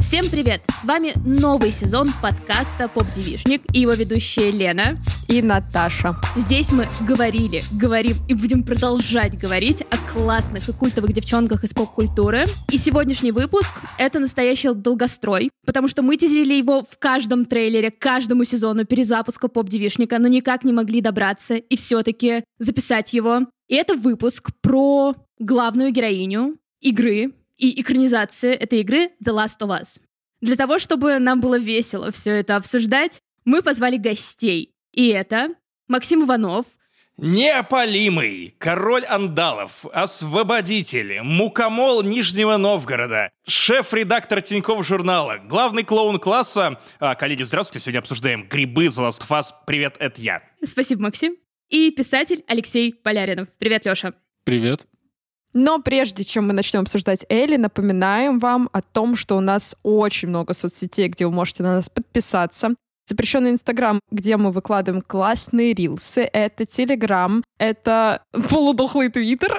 Всем привет! С вами новый сезон подкаста «Поп-девишник» и его ведущие Лена и Наташа. Здесь мы говорим и будем продолжать говорить о классных и культовых девчонках из поп-культуры. И сегодняшний выпуск — это настоящий долгострой, потому что мы тизерили его в каждом трейлере, каждому сезону перезапуска «Поп-девишника», но никак не могли добраться и все-таки записать его. И это выпуск про главную героиню игры и экранизации этой игры The Last of Us. Для того, чтобы нам было весело все это обсуждать, мы позвали гостей. И это Максим Иванов. Неопалимый, король андалов, освободитель, мукомол Нижнего Новгорода, шеф-редактор Тинькофф журнала, главный клоун класса. Коллеги, здравствуйте, сегодня обсуждаем грибы The Last of Us. Привет, это я. Спасибо, Максим. И писатель Алексей Поляринов. Привет, Лёша. Привет. Но прежде чем мы начнем обсуждать Элли, напоминаем вам о том, что у нас очень много соцсетей, где вы можете на нас подписаться. Запрещенный Инстаграм, где мы выкладываем классные рилсы. Это Телеграм, это полудохлый Твиттер.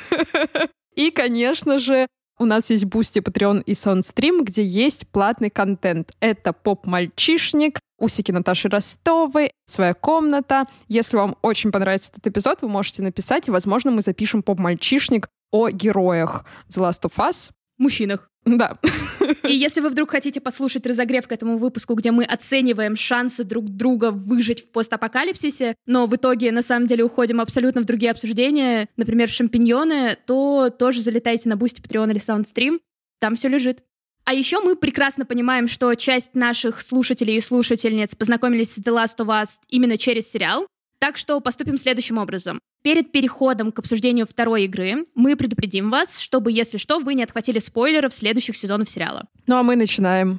И, конечно же, у нас есть Бусти, Патреон и Саундстрим, где есть платный контент. Это поп-мальчишник, усики Наташи Ростовой, своя комната. Если вам очень понравится этот эпизод, вы можете написать, и, возможно, мы запишем поп-мальчишник о героях The Last of Us. Мужчинах. Да. И если вы вдруг хотите послушать разогрев к этому выпуску, где мы оцениваем шансы друг друга выжить в постапокалипсисе, но в итоге на самом деле уходим абсолютно в другие обсуждения, например, шампиньоны, то тоже залетайте на Boosty, Patreon или Soundstream, там все лежит. А еще мы прекрасно понимаем, что часть наших слушателей и слушательниц познакомились с The Last of Us именно через сериал, так что поступим следующим образом. Перед переходом к обсуждению второй игры мы предупредим вас, чтобы, если что, вы не отхватили спойлеров следующих сезонов сериала. Ну а мы начинаем.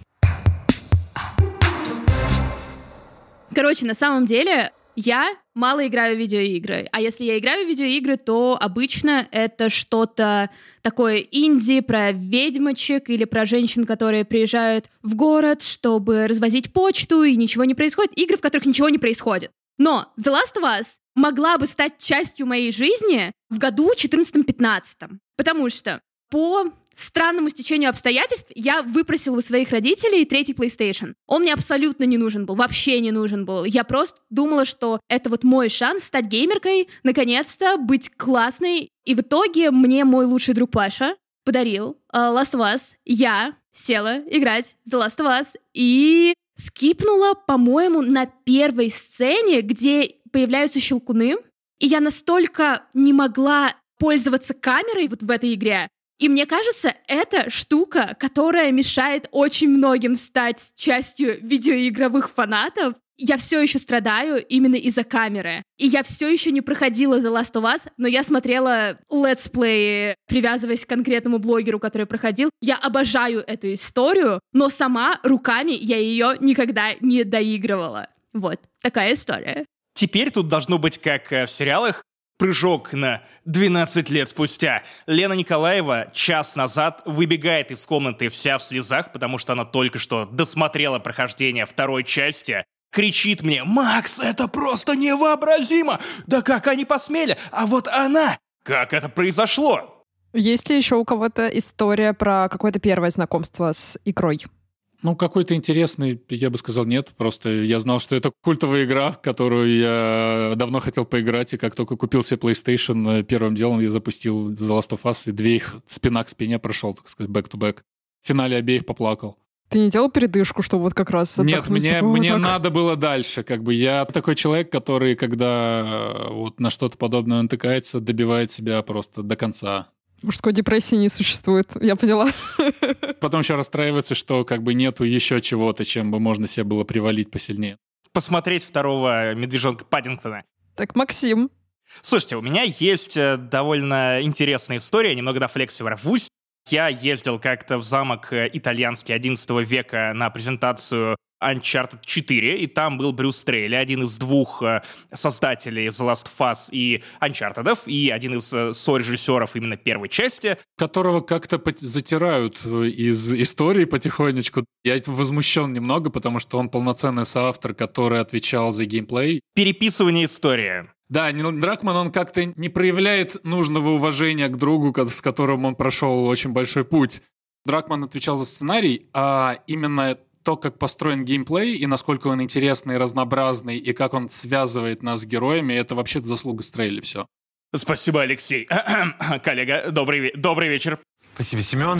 Короче, на самом деле, я мало играю в видеоигры. А если я играю в видеоигры, то обычно это что-то такое инди про ведьмочек или про женщин, которые приезжают в город, чтобы развозить почту, и ничего не происходит. Игры, в которых ничего не происходит. Но The Last of Us могла бы стать частью моей жизни в году 14-15. Потому что по странному стечению обстоятельств я выпросила у своих родителей третий PlayStation. Он мне абсолютно не нужен был, вообще не нужен был. Я просто думала, что это вот мой шанс стать геймеркой, наконец-то быть классной. И в итоге мне мой лучший друг Паша подарил Last of Us. Я села играть The Last of Us и скипнула, по-моему, на первой сцене, где появляются щелкуны, и я настолько не могла пользоваться камерой вот в этой игре. И мне кажется, это штука, которая мешает очень многим стать частью видеоигровых фанатов. Я все еще страдаю именно из-за камеры. И я все еще не проходила The Last of Us, но я смотрела летсплеи, привязываясь к конкретному блогеру, который проходил. Я обожаю эту историю, но сама руками я ее никогда не доигрывала. Вот, такая история. Теперь тут должно быть, как в сериалах, прыжок на 12 лет спустя. Лена Николаева час назад выбегает из комнаты вся в слезах, потому что она только что досмотрела прохождение второй части. Кричит мне: «Макс, это просто невообразимо! Да как они посмели? А вот она! Как это произошло?» Есть ли еще у кого-то история про какое-то первое знакомство с игрой? Ну, какой-то интересный, я бы сказал, нет. Просто я знал, что это культовая игра, в которую я давно хотел поиграть, и как только купил себе PlayStation, первым делом я запустил The Last of Us, и две их спина к спине прошел, так сказать, back-to-back. В финале обеих поплакал. Ты не делал передышку, чтобы вот как раз... Нет, мне надо было дальше. Как бы я такой человек, который, когда вот на что-то подобное натыкается, добивает себя просто до конца. Мужской депрессии не существует, я поняла. Потом еще расстраивается, что как бы нету еще чего-то, чем бы можно себе было привалить посильнее. Посмотреть второго медвежонка Паддингтона. Так, Максим. Слушайте, у меня есть довольно интересная история, немного до флекси ворвусь. Я ездил как-то в замок итальянский 11 века на презентацию Uncharted 4, и там был Брюс Стрейли, один из двух создателей The Last of Us и Uncharted, и один из сорежиссеров именно первой части. Которого как-то затирают из истории потихонечку. Я возмущен немного, потому что он полноценный соавтор, который отвечал за геймплей. Переписывание истории. Да, Нил Дракман, он как-то не проявляет нужного уважения к другу, с которым он прошел очень большой путь. Дракман отвечал за сценарий, а именно то, как построен геймплей, и насколько он интересный, разнообразный, и как он связывает нас с героями, это вообще-то заслуга Стрейли все. Спасибо, Алексей. Коллега, добрый вечер. Спасибо, Семен.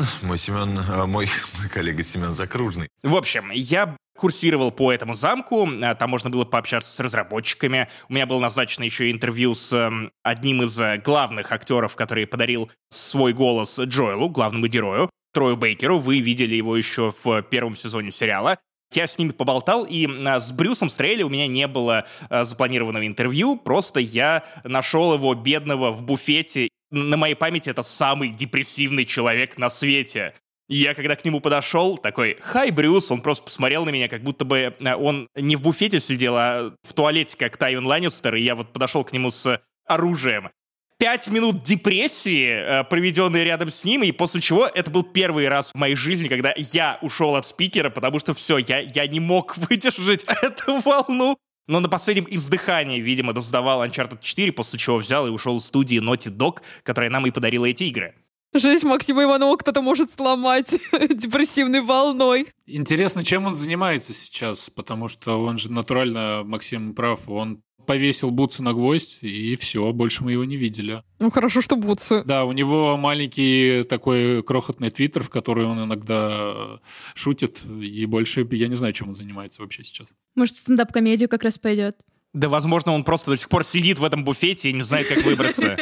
Мой коллега Семен Закружный. В общем, я курсировал по этому замку, там можно было пообщаться с разработчиками. У меня было назначено еще интервью с одним из главных актеров, который подарил свой голос Джоэлу, главному герою, Трою Бейкеру. Вы видели его еще в первом сезоне сериала. Я с ними поболтал, и с Брюсом Стрейли у меня не было запланированного интервью, просто я нашел его бедного в буфете. На моей памяти это самый депрессивный человек на свете. Я когда к нему подошел, такой: «Хай, Брюс», он просто посмотрел на меня, как будто бы он не в буфете сидел, а в туалете, как Тайвин Ланнистер, и я вот подошел к нему с оружием. 5 минут депрессии, проведенные рядом с ним, и после чего это был первый раз в моей жизни, когда я ушел от спикера, потому что все, я не мог выдержать эту волну. Но на последнем издыхании, видимо, досдавал Uncharted 4, после чего взял и ушел из студии Naughty Dog, которая нам и подарила эти игры. Жесть, Максима Иванова кто-то может сломать депрессивной волной. Интересно, чем он занимается сейчас, потому что он же натурально, Максим прав, он повесил бутсы на гвоздь, и все, больше мы его не видели. Ну, хорошо, что бутсы. Да, у него маленький такой крохотный твиттер, в который он иногда шутит, и больше я не знаю, чем он занимается вообще сейчас. Может, в стендап-комедию как раз пойдет. Да, возможно, он просто до сих пор сидит в этом буфете и не знает, как выбраться.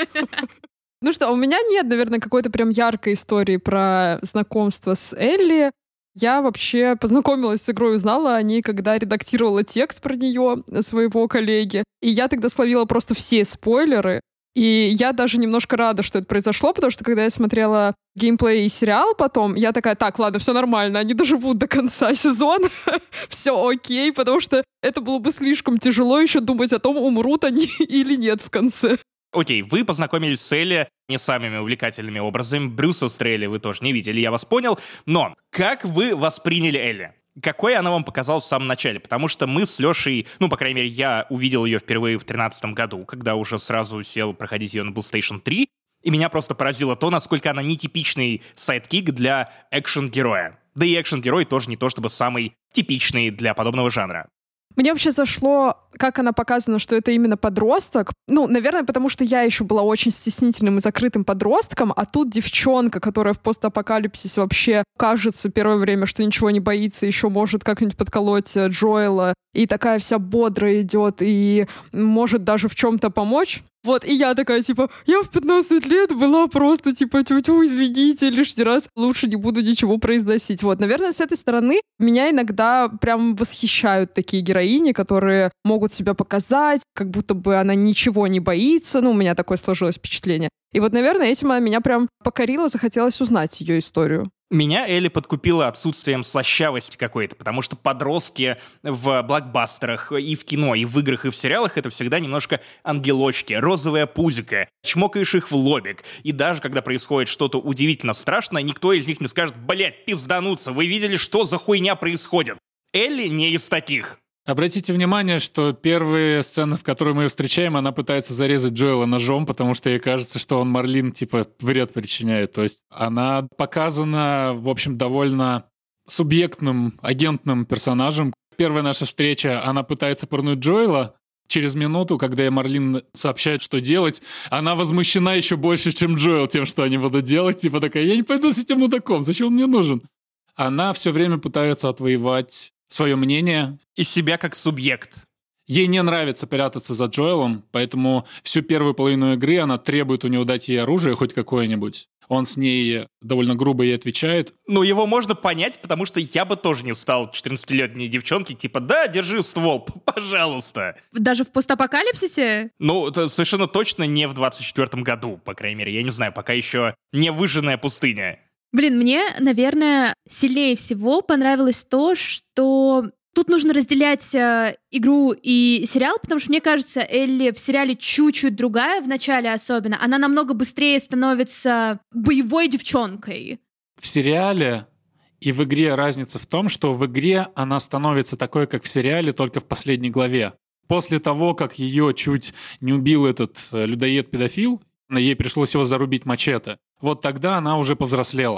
Ну что, у меня нет, наверное, какой-то прям яркой истории про знакомство с Элли. Я вообще познакомилась с игрой, узнала о ней, когда редактировала текст про нее своего коллеги. И я тогда словила просто все спойлеры. И я даже немножко рада, что это произошло, потому что когда я смотрела геймплей и сериал потом, я такая: так, ладно, все нормально, они доживут до конца сезона, все окей, потому что это было бы слишком тяжело еще думать о том, умрут они или нет в конце. Окей, вы познакомились с Элли не самыми увлекательными образами. Брюса Стрейли вы тоже не видели, я вас понял. Но как вы восприняли Элли? Какой она вам показалась в самом начале? Потому что мы с Лешей, ну, по крайней мере, я увидел ее впервые в 2013 году, когда уже сразу сел проходить ее на PlayStation 3, и меня просто поразило то, насколько она нетипичный сайдкик для экшен-героя. Да и экшен-герой тоже не то чтобы самый типичный для подобного жанра. Мне вообще зашло, как она показана, что это именно подросток. Ну, наверное, потому что я еще была очень стеснительным и закрытым подростком, а тут девчонка, которая в постапокалипсисе вообще кажется первое время, что ничего не боится, еще может как-нибудь подколоть Джоэла, и такая вся бодрая идет, и может даже в чем-то помочь. Вот, и я такая, типа, я в 15 лет была просто, типа, тю-тю, извините, лишний раз лучше не буду ничего произносить. Вот, наверное, с этой стороны меня иногда прям восхищают такие героини, которые могут себя показать, как будто бы она ничего не боится. Ну, у меня такое сложилось впечатление. И вот, наверное, этим она меня прям покорила, захотелось узнать ее историю. Меня Элли подкупила отсутствием слащавости какой-то, потому что подростки в блокбастерах и в кино, и в играх, и в сериалах — это всегда немножко ангелочки, розовая пузика, чмокаешь их в лобик. И даже когда происходит что-то удивительно страшное, никто из них не скажет: «Блядь, пиздануться, вы видели, что за хуйня происходит?» Элли не из таких. Обратите внимание, что первые сцены, в которой мы ее встречаем, она пытается зарезать Джоэла ножом, потому что ей кажется, что он Марлин, типа, вред причиняет. То есть она показана, в общем, довольно субъектным, агентным персонажем. Первая наша встреча, она пытается пырнуть Джоэла. Через минуту, когда ей Марлин сообщает, что делать, она возмущена еще больше, чем Джоэл, тем, что они будут делать. Типа такая: я не пойду с этим мудаком, зачем он мне нужен? Она все время пытается отвоевать свое мнение. И себя как субъект. Ей не нравится прятаться за Джоэлом, поэтому всю первую половину игры она требует у него дать ей оружие хоть какое-нибудь. Он с ней довольно грубо ей отвечает. Ну, его можно понять, потому что я бы тоже не стал 14-летней девчонке, типа: да, держи ствол, пожалуйста. Даже в постапокалипсисе? Ну, это совершенно точно не в 24-м году, по крайней мере. Я не знаю, пока еще не выжженная пустыня. Блин, мне, наверное, сильнее всего понравилось то, что тут нужно разделять игру и сериал, потому что, мне кажется, Элли в сериале чуть-чуть другая, в начале особенно. Она намного быстрее становится боевой девчонкой. В сериале и в игре разница в том, что в игре она становится такой, как в сериале, только в последней главе. После того, как ее чуть не убил этот людоед-педофил, ей пришлось его зарубить мачете. Вот тогда она уже повзрослела.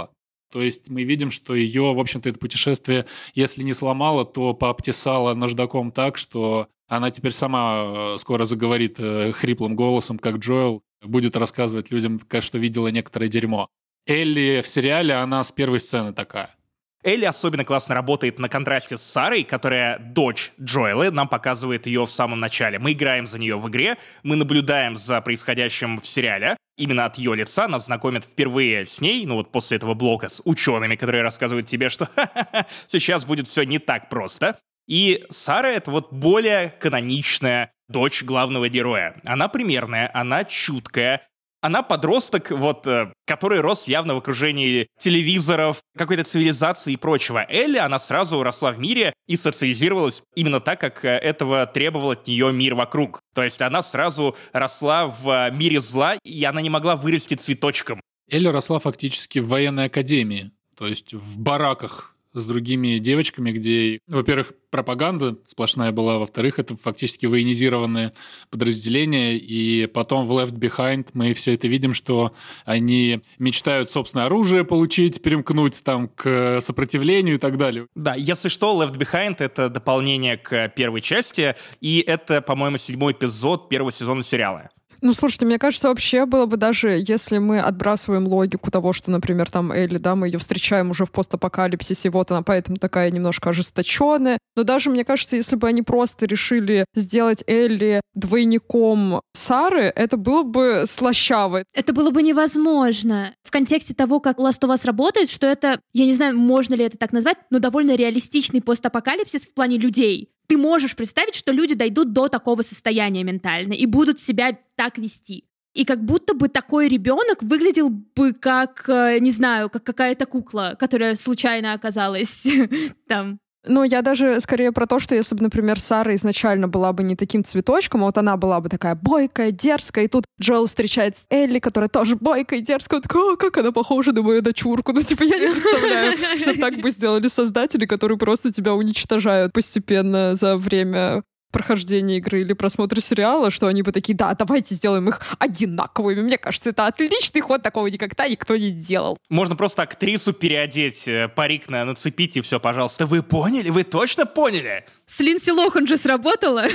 То есть мы видим, что ее, в общем-то, это путешествие, если не сломало, то пообтесало наждаком так, что она теперь сама скоро заговорит хриплым голосом, как Джоэл, будет рассказывать людям, что видела некоторое дерьмо. Элли в сериале, она с первой сцены такая. Элли особенно классно работает на контрасте с Сарой, которая дочь Джоэла, нам показывает ее в самом начале. Мы играем за нее в игре, мы наблюдаем за происходящим в сериале. Именно от ее лица нас знакомят впервые с ней, ну вот после этого блока с учеными, которые рассказывают тебе, что сейчас будет все не так просто. И Сара — это вот более каноничная дочь главного героя. Она примерная, она чуткая, она подросток, вот, который рос явно в окружении телевизоров, какой-то цивилизации и прочего. Элли, она сразу росла в мире и социализировалась именно так, как этого требовал от нее мир вокруг. То есть она сразу росла в мире зла, и она не могла вырасти цветочком. Элли росла фактически в военной академии, то есть в бараках с другими девочками, где, во-первых, пропаганда сплошная была, во-вторых, это фактически военизированные подразделения, и потом в Left Behind мы все это видим, что они мечтают собственное оружие получить, перемкнуть там к сопротивлению и так далее. Да, если что, Left Behind — это дополнение к первой части, и это, по-моему, 7-й эпизод первого сезона сериала. Ну, слушайте, мне кажется, вообще было бы даже, если мы отбрасываем логику того, что, например, там Элли, да, мы ее встречаем уже в постапокалипсисе, вот она поэтому такая немножко ожесточенная. Но даже, мне кажется, если бы они просто решили сделать Элли двойником Сары, это было бы слащаво. Это было бы невозможно. В контексте того, как Last of Us работает, что это, я не знаю, можно ли это так назвать, но довольно реалистичный постапокалипсис в плане людей. Ты можешь представить, что люди дойдут до такого состояния ментально и будут себя так вести. И как будто бы такой ребенок выглядел бы как, не знаю, как какая-то кукла, которая случайно оказалась там. Ну, я даже скорее про то, что если бы, например, Сара изначально была бы не таким цветочком, а вот она была бы такая бойкая, дерзкая, и тут Джоэл встречает Элли, которая тоже бойкая, дерзкая, он такой: как она похожа на мою дочурку. Ну, типа, я не представляю, что так бы сделали создатели, которые просто тебя уничтожают постепенно за время прохождения игры или просмотра сериала, что они бы такие: да, давайте сделаем их одинаковыми. Мне кажется, это отличный ход, такого никогда никто не делал. Можно просто актрису переодеть, парик нацепить и все, пожалуйста. Вы поняли? Вы точно поняли? С Линдси Лохан же сработало.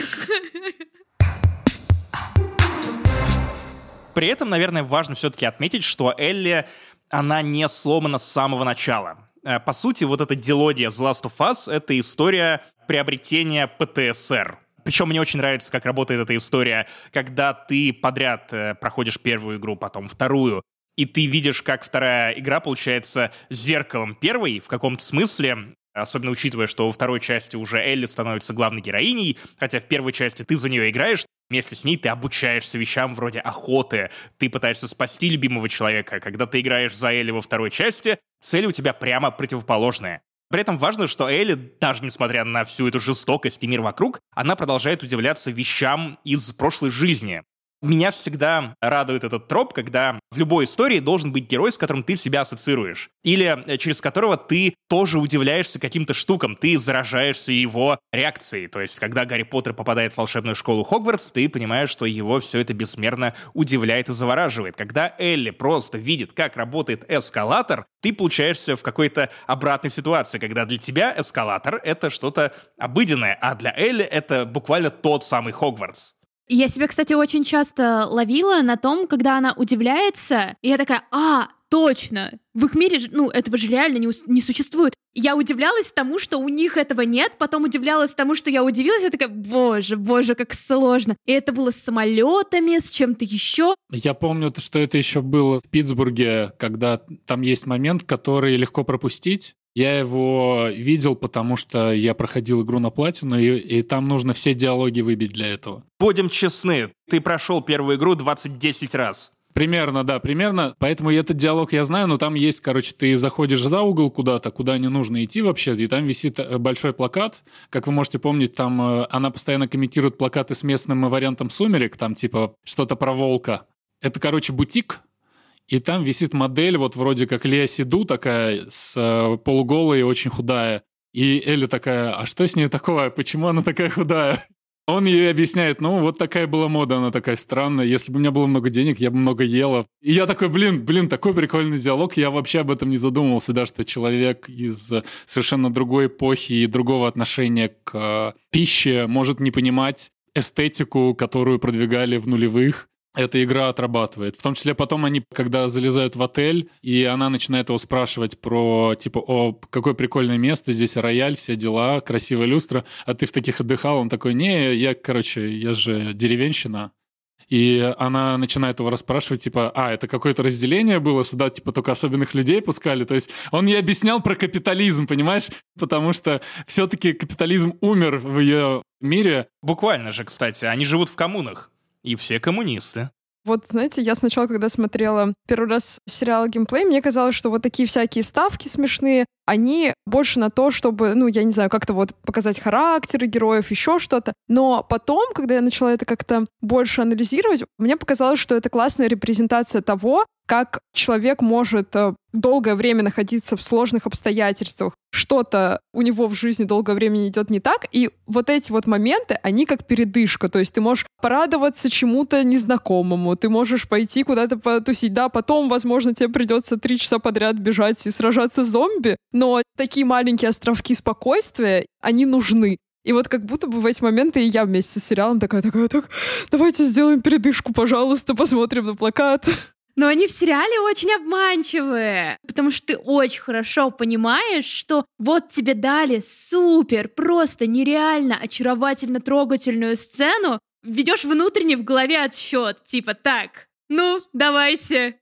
При этом, наверное, важно все-таки отметить, что Элли, она не сломана с самого начала. По сути, вот эта дилогия The Last of Us — это история приобретения ПТСР. Причем мне очень нравится, как работает эта история, когда ты подряд проходишь первую игру, потом вторую, и ты видишь, как вторая игра получается зеркалом первой в каком-то смысле, особенно учитывая, что во второй части уже Элли становится главной героиней, хотя в первой части ты за нее играешь, вместе с ней ты обучаешься вещам вроде охоты, ты пытаешься спасти любимого человека. Когда ты играешь за Элли во второй части, цель у тебя прямо противоположная. При этом важно, что Элли, даже несмотря на всю эту жестокость и мир вокруг, она продолжает удивляться вещам из прошлой жизни. Меня всегда радует этот троп, когда в любой истории должен быть герой, с которым ты себя ассоциируешь. Или через которого ты тоже удивляешься каким-то штукам, ты заражаешься его реакцией. То есть, когда Гарри Поттер попадает в волшебную школу Хогвартс, ты понимаешь, что его все это безмерно удивляет и завораживает. Когда Элли просто видит, как работает эскалатор, ты получаешься в какой-то обратной ситуации, когда для тебя эскалатор — это что-то обыденное, а для Элли это буквально тот самый Хогвартс. Я себя, кстати, очень часто ловила на том, когда она удивляется, и я такая: точно, в их мире, этого же реально не существует. Я удивлялась тому, что у них этого нет, потом удивлялась тому, что я удивилась, я такая: боже, как сложно. И это было с самолетами, с чем-то еще. Я помню, что это еще было в Питтсбурге, когда там есть момент, который легко пропустить. Я его видел, потому что я проходил игру на платину, и там нужно все диалоги выбить для этого. Будем честны, ты прошел первую игру 20-10 раз. Примерно, да, примерно. Поэтому этот диалог я знаю, но там есть, ты заходишь за угол куда-то, куда не нужно идти вообще, и там висит большой плакат. Как вы можете помнить, там она постоянно комментирует плакаты с местным вариантом «Сумерек», там типа что-то про волка. Это, бутик. И там висит модель, вот вроде как Леа Седу, такая, с полуголой, очень худая. И Элли такая: а что с ней такое? Почему она такая худая? Он ей объясняет, ну, вот такая была мода, она такая странная. Если бы у меня было много денег, я бы много ела. И я такой, блин, такой прикольный диалог. Я вообще об этом не задумывался, да, что человек из совершенно другой эпохи и другого отношения к пище может не понимать эстетику, которую продвигали в нулевых. Эта игра отрабатывает. В том числе потом они, когда залезают в отель, и она начинает его спрашивать про, типа, о, какое прикольное место, здесь рояль, все дела, красивая люстра, а ты в таких отдыхал? Он такой, не, я же деревенщина. И она начинает его расспрашивать, типа, это какое-то разделение было, сюда, типа, только особенных людей пускали. То есть он ей объяснял про капитализм, понимаешь? Потому что все-таки капитализм умер в ее мире. Буквально же, кстати, они живут в коммунах. И все коммунисты. Вот, знаете, я сначала, когда смотрела первый раз сериал «Геймплей», мне казалось, что вот такие всякие вставки смешные, они больше на то, чтобы, я не знаю, как-то вот показать характеры героев, еще что-то. Но потом, когда я начала это как-то больше анализировать, мне показалось, что это классная репрезентация того, как человек может долгое время находиться в сложных обстоятельствах, что-то у него в жизни долгое время идет не так, и вот эти вот моменты, они как передышка, то есть ты можешь порадоваться чему-то незнакомому, ты можешь пойти куда-то потусить, да, потом, возможно, тебе придется 3 часа подряд бежать и сражаться с зомби, но такие маленькие островки спокойствия, они нужны. И вот как будто бы в эти моменты и я вместе с сериалом такая, давайте сделаем передышку, пожалуйста, посмотрим на плакат. Но они в сериале очень обманчивые, потому что ты очень хорошо понимаешь, что вот тебе дали супер, просто нереально очаровательно трогательную сцену, ведешь внутренний в голове отсчет, типа так, давайте.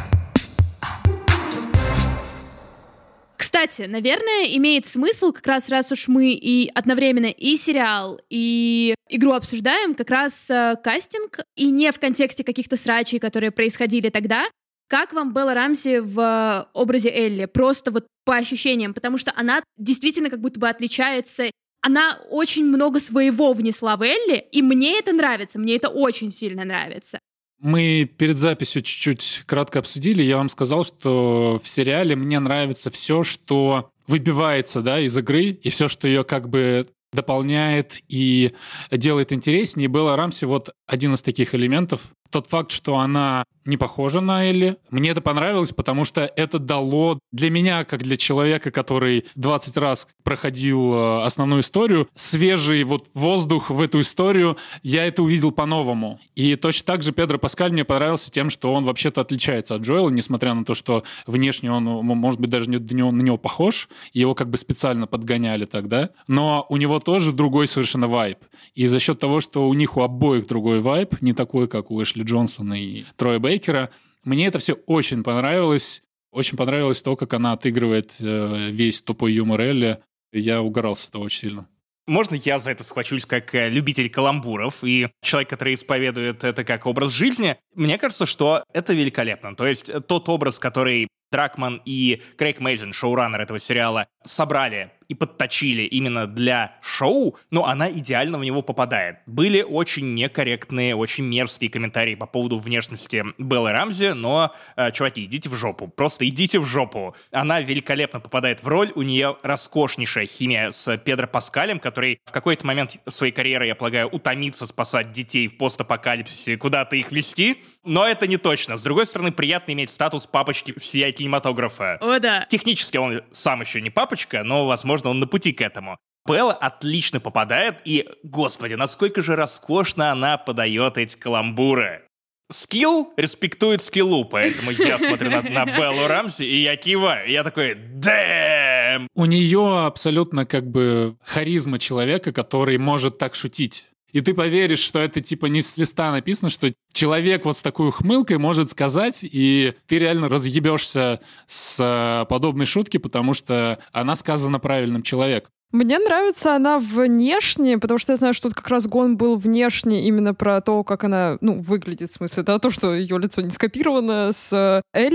Кстати, наверное, имеет смысл, как раз уж мы и одновременно и сериал, и игру обсуждаем, как раз кастинг, и не в контексте каких-то срачей, которые происходили тогда. Как вам Белла Рамси в образе Элли? Просто вот по ощущениям, потому что она действительно как будто бы отличается. Она очень много своего внесла в Элли, и мне это нравится, мне это очень сильно нравится. Мы перед записью чуть-чуть кратко обсудили. Я вам сказал, что в сериале мне нравится все, что выбивается, да, из игры, и все, что ее как бы дополняет и делает интереснее. И Белла Рамси вот один из таких элементов. Тот факт, что она не похожа на Элли, мне это понравилось, потому что это дало для меня, как для человека, который 20 раз проходил основную историю, свежий вот воздух в эту историю, я это увидел по-новому. И точно так же Педро Паскаль мне понравился тем, что он вообще-то отличается от Джоэла, несмотря на то, что внешне он, может быть, даже на него похож, его как бы специально подгоняли тогда, но у него тоже другой совершенно вайб. И за счет того, что у них у обоих другой вайб, не такой, как у Эшли Джонсона и Троя Бейкера, мне это все очень понравилось. Очень понравилось то, как она отыгрывает весь тупой юмор Элли. Я угорал с этого очень сильно. Можно я за это схвачусь как любитель каламбуров и человек, который исповедует это как образ жизни? Мне кажется, что это великолепно. То есть тот образ, который Дракман и Крейг Мейзен, шоураннер этого сериала, собрали и подточили именно для шоу, но она идеально в него попадает. Были очень некорректные, очень мерзкие комментарии по поводу внешности Беллы Рамзи, но, чуваки, идите в жопу, просто идите в жопу. Она великолепно попадает в роль, у нее роскошнейшая химия с Педро Паскалем, который в какой-то момент своей карьеры, я полагаю, утомится спасать детей в постапокалипсисе, куда-то их вести, но это не точно. С другой стороны, приятно иметь статус папочки всея кинематографа. О, да. Технически он сам еще не папочка, но, возможно, он на пути к этому. Белла отлично попадает, и, господи, насколько же роскошно она подает эти каламбуры. Скилл респектует скиллу, поэтому я смотрю на Беллу Рамси, и я киваю. Я такой, дэм! У нее абсолютно как бы харизма человека, который может так шутить. И ты поверишь, что это типа не с листа написано, что человек вот с такой ухмылкой может сказать, и ты реально разъебешься с подобной шутки, потому что она сказана правильным человеком. Мне нравится она внешне, потому что я знаю, что тут как раз гон был внешне именно про то, как она, выглядит, в смысле, да, то, что ее лицо не скопировано с Элли.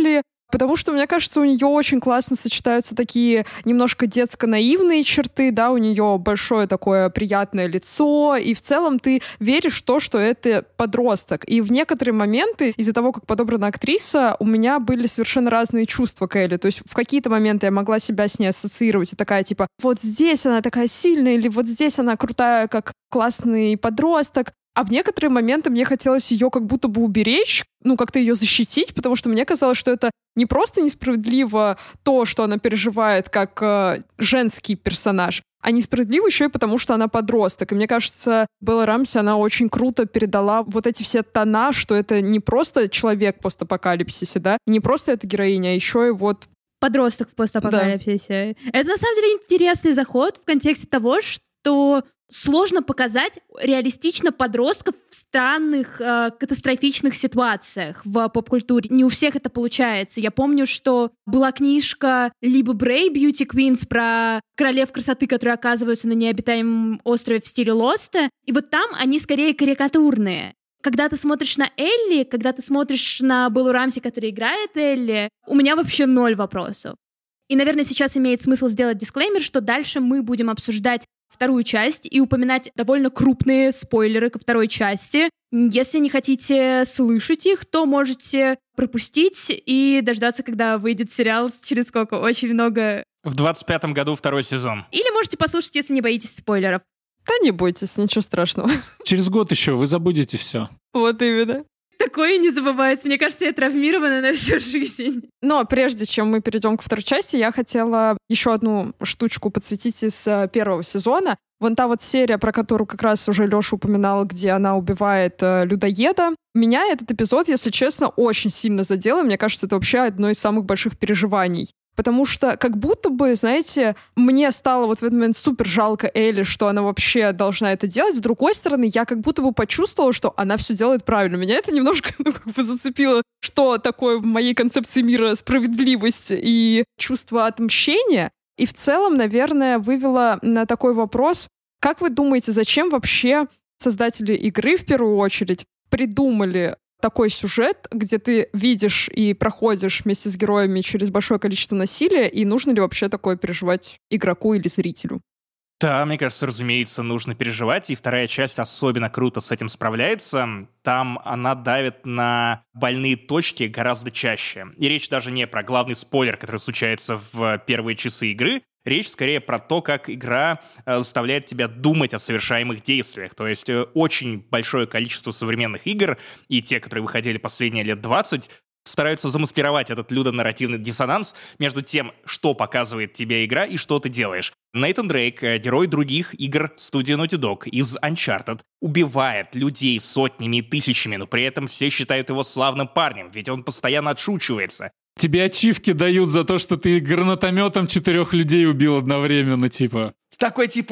Потому что, мне кажется, у нее очень классно сочетаются такие немножко детско-наивные черты, да, у нее большое такое приятное лицо, и в целом ты веришь в то, что это подросток. И в некоторые моменты, из-за того, как подобрана актриса, у меня были совершенно разные чувства к Элли. То есть в какие-то моменты я могла себя с ней ассоциировать, и такая, типа, вот здесь она такая сильная, или вот здесь она крутая, как классный подросток. А в некоторые моменты мне хотелось ее как будто бы уберечь, как-то ее защитить, потому что мне казалось, что это не просто несправедливо то, что она переживает как женский персонаж, а несправедливо еще и потому, что она подросток. И мне кажется, Белла Рамси, она очень круто передала вот эти все тона, что это не просто человек в постапокалипсисе, да, не просто эта героиня, а еще и вот подросток в постапокалипсисе. Да. Это на самом деле интересный заход в контексте того, что сложно показать реалистично подростков в странных, катастрофичных ситуациях в поп-культуре. Не у всех это получается. Я помню, что была книжка Либы Брей «Beauty Queens» про королев красоты, которые оказываются на необитаемом острове в стиле Лоста. И вот там они скорее карикатурные. Когда ты смотришь на Элли, когда ты смотришь на Беллу Рамси, которая играет Элли, у меня вообще 0 вопросов. И, наверное, сейчас имеет смысл сделать дисклеймер, что дальше мы будем обсуждать вторую часть и упоминать довольно крупные спойлеры ко второй части. Если не хотите слышать их, то можете пропустить и дождаться, когда выйдет сериал через сколько? Очень много. В 25-м году 2-й сезон. Или можете послушать, если не боитесь спойлеров. Да не бойтесь, ничего страшного. Через год еще вы забудете все. Вот именно. Такое не забывается. Мне кажется, я травмирована на всю жизнь. Но прежде чем мы перейдем к второй части, я хотела еще одну штучку подсветить из 1-го сезона. Вон та вот серия, про которую как раз уже Леша упоминал, где она убивает людоеда. Меня этот эпизод, если честно, очень сильно задел. И мне кажется, это вообще одно из самых больших переживаний. Потому что как будто бы, знаете, мне стало вот в этот момент супер жалко Элли, что она вообще должна это делать. С другой стороны, я как будто бы почувствовала, что она все делает правильно. Меня это немножко зацепило, что такое в моей концепции мира справедливость и чувство отмщения. И в целом, наверное, вывело на такой вопрос, как вы думаете, зачем вообще создатели игры, в первую очередь, придумали такой сюжет, где ты видишь и проходишь вместе с героями через большое количество насилия, и нужно ли вообще такое переживать игроку или зрителю? Да, мне кажется, разумеется, нужно переживать, и вторая часть особенно круто с этим справляется. Там она давит на больные точки гораздо чаще. И речь даже не про главный спойлер, который случается в первые часы игры, речь скорее про то, как игра заставляет тебя думать о совершаемых действиях. То есть очень большое количество современных игр, и те, которые выходили последние лет 20, стараются замаскировать этот людонарративный диссонанс между тем, что показывает тебе игра и что ты делаешь. Нейтан Дрейк, герой других игр студии Naughty Dog из Uncharted, убивает людей сотнями и тысячами, но при этом все считают его славным парнем, ведь он постоянно отшучивается. Тебе ачивки дают за то, что ты гранатометом 4 людей убил одновременно, типа. Такой типа,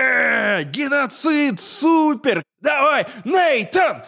геноцид, супер, давай, Нейтан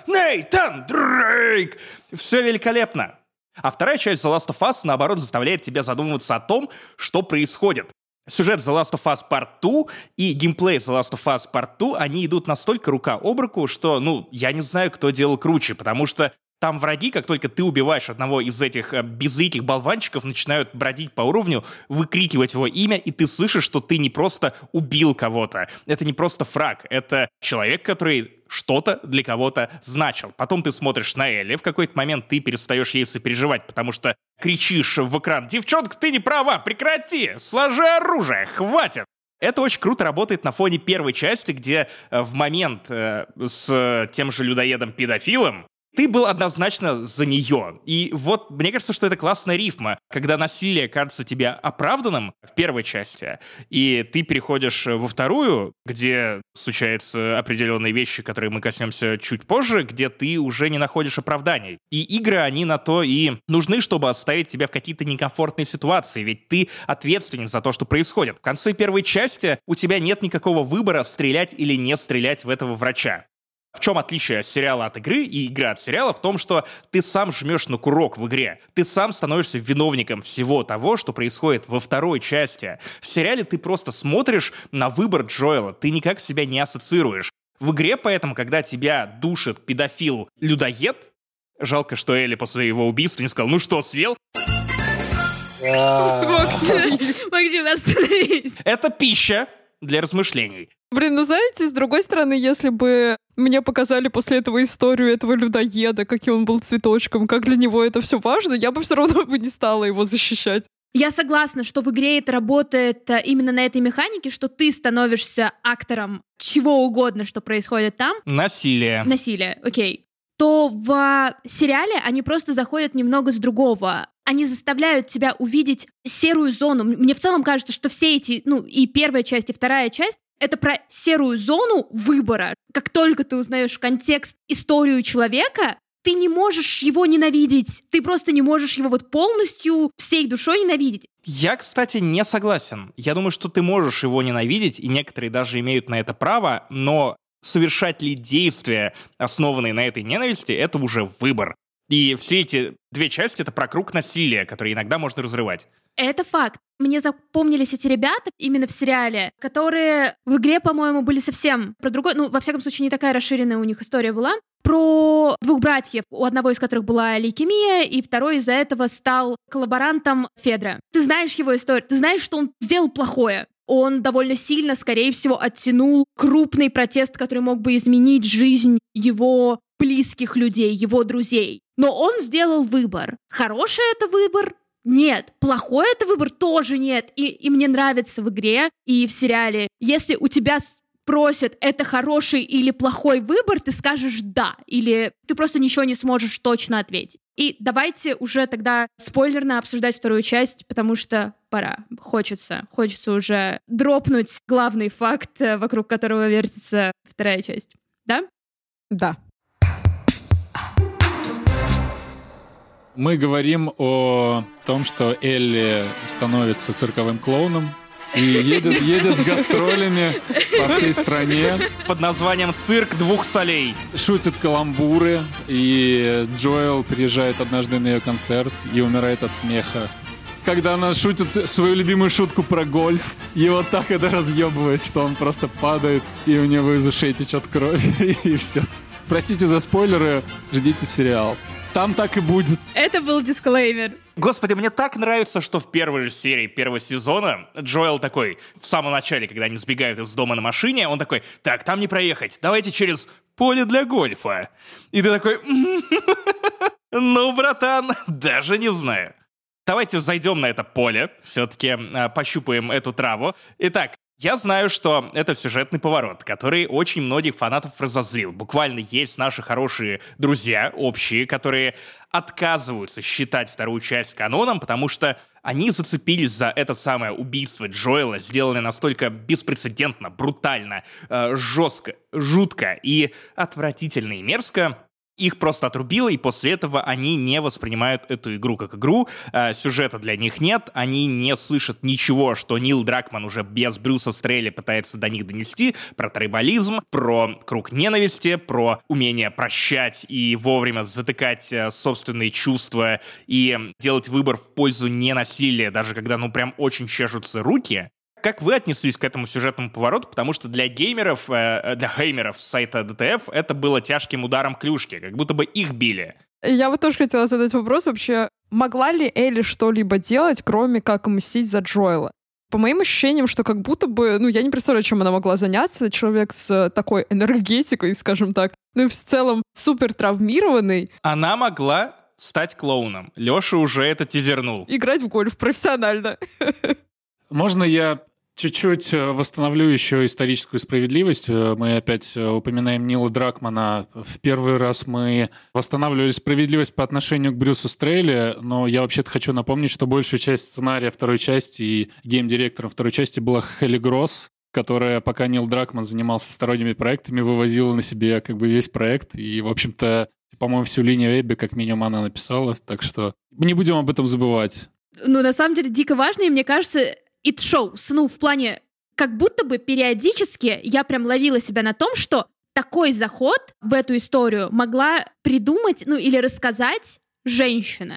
Дрейк. Все великолепно. А вторая часть The Last of Us, наоборот, заставляет тебя задумываться о том, что происходит. Сюжет The Last of Us Part 2 и геймплей The Last of Us Part 2, они идут настолько рука об руку, что, я не знаю, кто делал круче, потому что там враги, как только ты убиваешь одного из этих безликих болванчиков, начинают бродить по уровню, выкрикивать его имя, и ты слышишь, что ты не просто убил кого-то. Это не просто фраг, это человек, который что-то для кого-то значил. Потом ты смотришь на Элли, в какой-то момент ты перестаешь ей сопереживать, потому что кричишь в экран: «Девчонка, ты не права, прекрати! Сложи оружие, хватит!» Это очень круто работает на фоне первой части, где в момент с тем же людоедом-педофилом ты был однозначно за нее. И вот мне кажется, что это классная рифма, когда насилие кажется тебе оправданным в первой части, и ты переходишь во вторую, где случаются определенные вещи, которые мы коснемся чуть позже, где ты уже не находишь оправданий. И игры, они на то и нужны, чтобы оставить тебя в какие-то некомфортные ситуации, ведь ты ответственен за то, что происходит. В конце первой части у тебя нет никакого выбора, стрелять или не стрелять в этого врача. В чем отличие сериала от игры и игры от сериала? В том, что ты сам жмешь на курок в игре. Ты сам становишься виновником всего того, что происходит во второй части. В сериале ты просто смотришь на выбор Джоэла, ты никак себя не ассоциируешь. В игре поэтому, когда тебя душит педофил-людоед, жалко, что Элли после его убийства не сказал: «Ну что, съел?» Максим, остановись. Это пища для размышлений. Блин, ну знаете, с другой стороны, если бы мне показали после этого историю этого людоеда, каким он был цветочком, как для него это все важно, я бы все равно бы не стала его защищать. Я согласна, что в игре это работает именно на этой механике, что ты становишься актором чего угодно, что происходит там. Насилие. Насилие, окей. То в сериале они просто заходят немного с другого. Они заставляют тебя увидеть серую зону. Мне в целом кажется, что все эти, и первая часть, и вторая часть, это про серую зону выбора. Как только ты узнаешь контекст, историю человека, ты не можешь его ненавидеть. Ты просто не можешь его вот полностью всей душой ненавидеть. Я, кстати, не согласен. Я думаю, что ты можешь его ненавидеть, и некоторые даже имеют на это право, но совершать ли действия, основанные на этой ненависти, это уже выбор. И все эти две части — это про круг насилия, который иногда можно разрывать. Это факт. Мне запомнились эти ребята именно в сериале, которые в игре, по-моему, были совсем про другое. Во всяком случае, не такая расширенная у них история была. Про двух братьев, у одного из которых была лейкемия, и второй из-за этого стал коллаборантом Федра. Ты знаешь его историю, ты знаешь, что он сделал плохое. Он довольно сильно, скорее всего, оттянул крупный протест, который мог бы изменить жизнь его близких людей, его друзей. Но он сделал выбор. Хороший это выбор? Нет. Плохой это выбор? Тоже нет. И мне нравится в игре и в сериале. Если у тебя спросят, это хороший или плохой выбор, ты скажешь «да», или ты просто ничего не сможешь точно ответить. И давайте уже тогда спойлерно обсуждать вторую часть, потому что пора. Хочется уже дропнуть главный факт, вокруг которого вертится вторая часть. Да? Да. Мы говорим о том, что Элли становится цирковым клоуном и едет с гастролями по всей стране. Под названием «Цирк двух солей». Шутит каламбуры, и Джоэл приезжает однажды на ее концерт и умирает от смеха. Когда она шутит свою любимую шутку про гольф, его так это разъебывает, что он просто падает, и у него из ушей течет кровь, и все. Простите за спойлеры, ждите сериал. Там так и будет. Это был дисклеймер. Господи, мне так нравится, что в первой же серии первого сезона Джоэл такой, в самом начале, когда они сбегают из дома на машине, он такой: так, там не проехать, давайте через поле для гольфа. И ты такой: ну, братан, даже не знаю. Давайте зайдем на это поле, все-таки пощупаем эту траву. Итак, я знаю, что это сюжетный поворот, который очень многих фанатов разозлил. Буквально есть наши хорошие друзья, общие, которые отказываются считать вторую часть каноном, потому что они зацепились за это самое убийство Джоэла, сделанное настолько беспрецедентно, брутально, жестко, жутко и отвратительно и мерзко. Их просто отрубило, и после этого они не воспринимают эту игру как игру, сюжета для них нет, они не слышат ничего, что Нил Дракман уже без Брюса Стрейли пытается до них донести, про трибализм, про круг ненависти, про умение прощать и вовремя затыкать собственные чувства и делать выбор в пользу ненасилия, даже когда, прям очень чешутся руки. Как вы отнеслись к этому сюжетному повороту? Потому что для геймеров, для хеймеров с сайта DTF это было тяжким ударом клюшки, как будто бы их били. Я вот тоже хотела задать вопрос вообще. Могла ли Элли что-либо делать, кроме как мстить за Джоэла? По моим ощущениям, что как будто бы, я не представляю, чем она могла заняться. Человек с такой энергетикой, скажем так, и в целом супер травмированный. Она могла стать клоуном. Леша уже это тизернул. Играть в гольф профессионально. Можно я чуть-чуть восстановлю еще историческую справедливость? Мы опять упоминаем Нила Дракмана. В первый раз мы восстанавливали справедливость по отношению к Брюсу Стрейли, но я вообще-то хочу напомнить, что большую часть сценария второй части и гейм-директором второй части была Хелли Гросс, которая, пока Нил Дракман занимался сторонними проектами, вывозила на себе весь проект. И, в общем-то, по-моему, всю линию Эбби как минимум она написала. Так что не будем об этом забывать. На самом деле, дико важно, и мне кажется, it shows, в плане, как будто бы периодически я прям ловила себя на том, что такой заход в эту историю могла придумать, или рассказать женщина.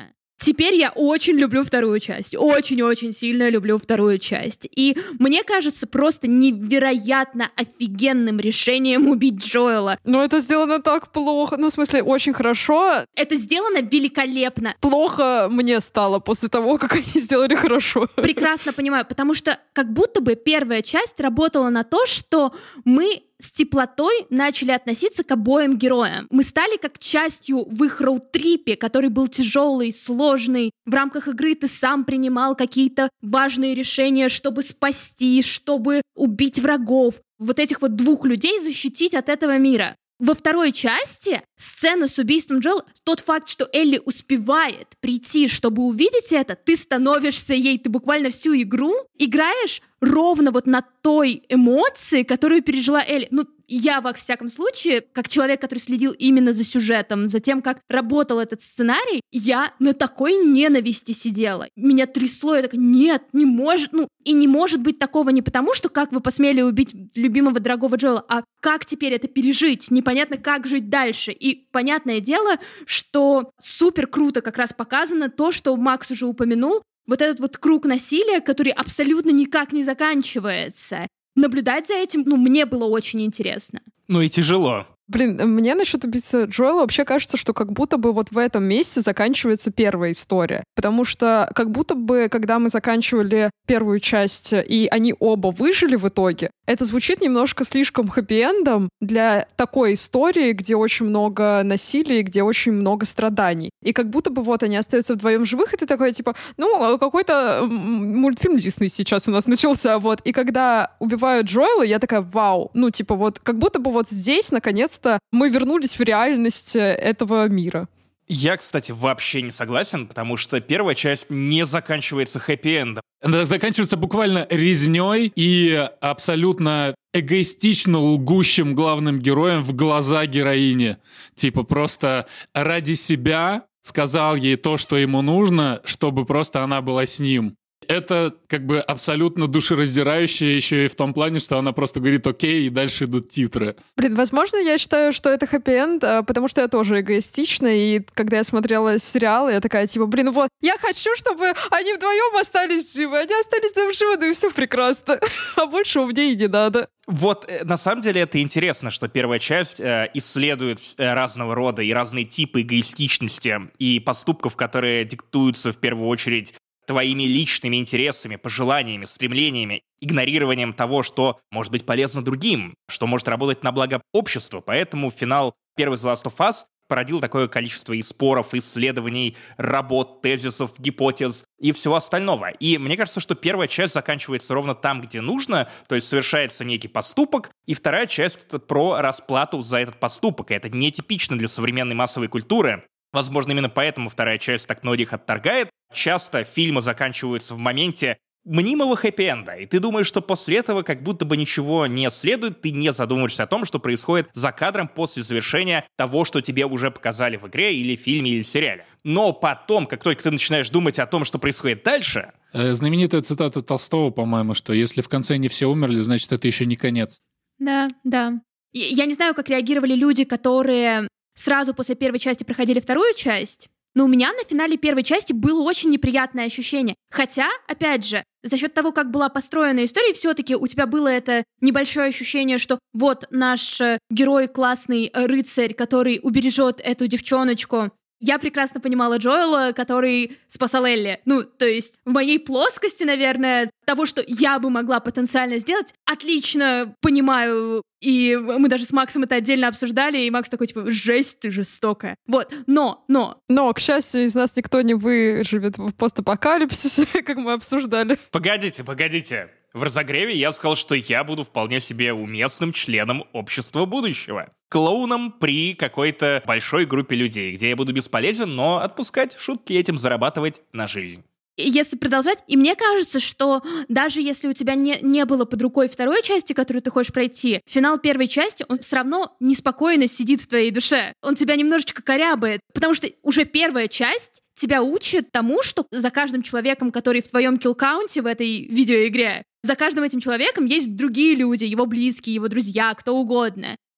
Теперь я очень люблю вторую часть. Очень-очень сильно люблю вторую часть. И мне кажется просто невероятно офигенным решением убить Джоэла. Но это сделано так плохо. Ну, в смысле, очень хорошо. Это сделано великолепно. Плохо мне стало после того, как они сделали хорошо. Прекрасно понимаю, потому что как будто бы первая часть работала на то, что мы с теплотой начали относиться к обоим героям. Мы стали как частью в их роуд-трипе, который был тяжелый, сложный. В рамках игры ты сам принимал какие-то важные решения, чтобы спасти, чтобы убить врагов. Вот этих вот двух людей защитить от этого мира. Во второй части сцена с убийством Джоэла, тот факт, что Элли успевает прийти, чтобы увидеть это, ты становишься ей, ты буквально всю игру играешь ровно вот на той эмоции, которую пережила Элли. Ну, я, во всяком случае, как человек, который следил именно за сюжетом, за тем, как работал этот сценарий, я на такой ненависти сидела. Меня трясло, я такая, нет, не может, ну, и не может быть такого не потому, что как вы посмели убить любимого дорогого Джоэла, а как теперь это пережить, непонятно, как жить дальше. И понятное дело, что супер круто как раз показано то, что Макс уже упомянул, вот этот вот круг насилия, который абсолютно никак не заканчивается. Наблюдать за этим, ну, мне было очень интересно. Ну и тяжело. Блин, мне насчет убийцы Джоэла вообще кажется, что как будто бы вот в этом месте заканчивается первая история. Потому что как будто бы, когда мы заканчивали первую часть, и они оба выжили в итоге, это звучит немножко слишком хэппи-эндом для такой истории, где очень много насилия, и где очень много страданий. И как будто бы вот они остаются вдвоем живых, и ты такой, типа, ну, какой-то мультфильм Дисней сейчас у нас начался, вот. И когда убивают Джоэла, я такая, вау, ну, типа, вот, как будто бы вот здесь, наконец-то, мы вернулись в реальность этого мира. Я, кстати, вообще не согласен, потому что первая часть не заканчивается хэппи-эндом. Она заканчивается буквально резнёй и абсолютно эгоистично лгущим главным героем в глаза героине. Типа просто ради себя сказал ей то, что ему нужно, чтобы просто она была с ним. Это как бы абсолютно душераздирающе еще и в том плане, что она просто говорит «окей», и дальше идут титры. Блин, возможно, я считаю, что это хэппи-энд, потому что я тоже эгоистична, и когда я смотрела сериалы, я такая, типа, блин, вот, я хочу, чтобы они вдвоем остались живы, они остались там живы, ну и все прекрасно. А больше мне и не надо. Вот, на самом деле, это интересно, что первая часть исследует разного рода и разные типы эгоистичности и поступков, которые диктуются в первую очередь твоими личными интересами, пожеланиями, стремлениями, игнорированием того, что может быть полезно другим, что может работать на благо общества. Поэтому финал первой The Last of Us породил такое количество и споров, исследований, работ, тезисов, гипотез и всего остального. И мне кажется, что первая часть заканчивается ровно там, где нужно, то есть совершается некий поступок, и вторая часть — это про расплату за этот поступок. И это нетипично для современной массовой культуры. Возможно, именно поэтому вторая часть так многих отторгает. Часто фильмы заканчиваются в моменте мнимого хэппи-энда, и ты думаешь, что после этого как будто бы ничего не следует, ты не задумываешься о том, что происходит за кадром после завершения того, что тебе уже показали в игре или фильме, или сериале. Но потом, как только ты начинаешь думать о том, что происходит дальше... Знаменитая цитата Толстого, по-моему, что «если в конце не все умерли, значит, это еще не конец». Да, да. Я не знаю, как реагировали люди, которые сразу после первой части проходили вторую часть, но у меня на финале первой части было очень неприятное ощущение. Хотя, опять же, за счет того, как была построена история, все-таки у тебя было это небольшое ощущение, что вот наш герой, классный рыцарь, который убережет эту девчоночку. Я прекрасно понимала Джоэла, который спасал Элли. Ну, то есть в моей плоскости, наверное, того, что я бы могла потенциально сделать, отлично понимаю. И мы даже с Максом это отдельно обсуждали, и Макс такой, типа, жесть ты жестокая. Вот, но... Но, к счастью, из нас никто не выживет в постапокалипсисе, как мы обсуждали. Погодите. В разогреве я сказал, что я буду вполне себе уместным членом общества будущего. Клоуном при какой-то большой группе людей, где я буду бесполезен, но отпускать шутки и этим зарабатывать на жизнь. Если продолжать, и мне кажется, что даже если у тебя не было под рукой второй части, которую ты хочешь пройти, финал первой части, он все равно неспокойно сидит в твоей душе. Он тебя немножечко корябает, потому что уже первая часть тебя учит тому, что за каждым человеком, который в твоем килл-каунте в этой видеоигре, за каждым этим человеком есть другие люди, его близкие, его друзья, кто угодно.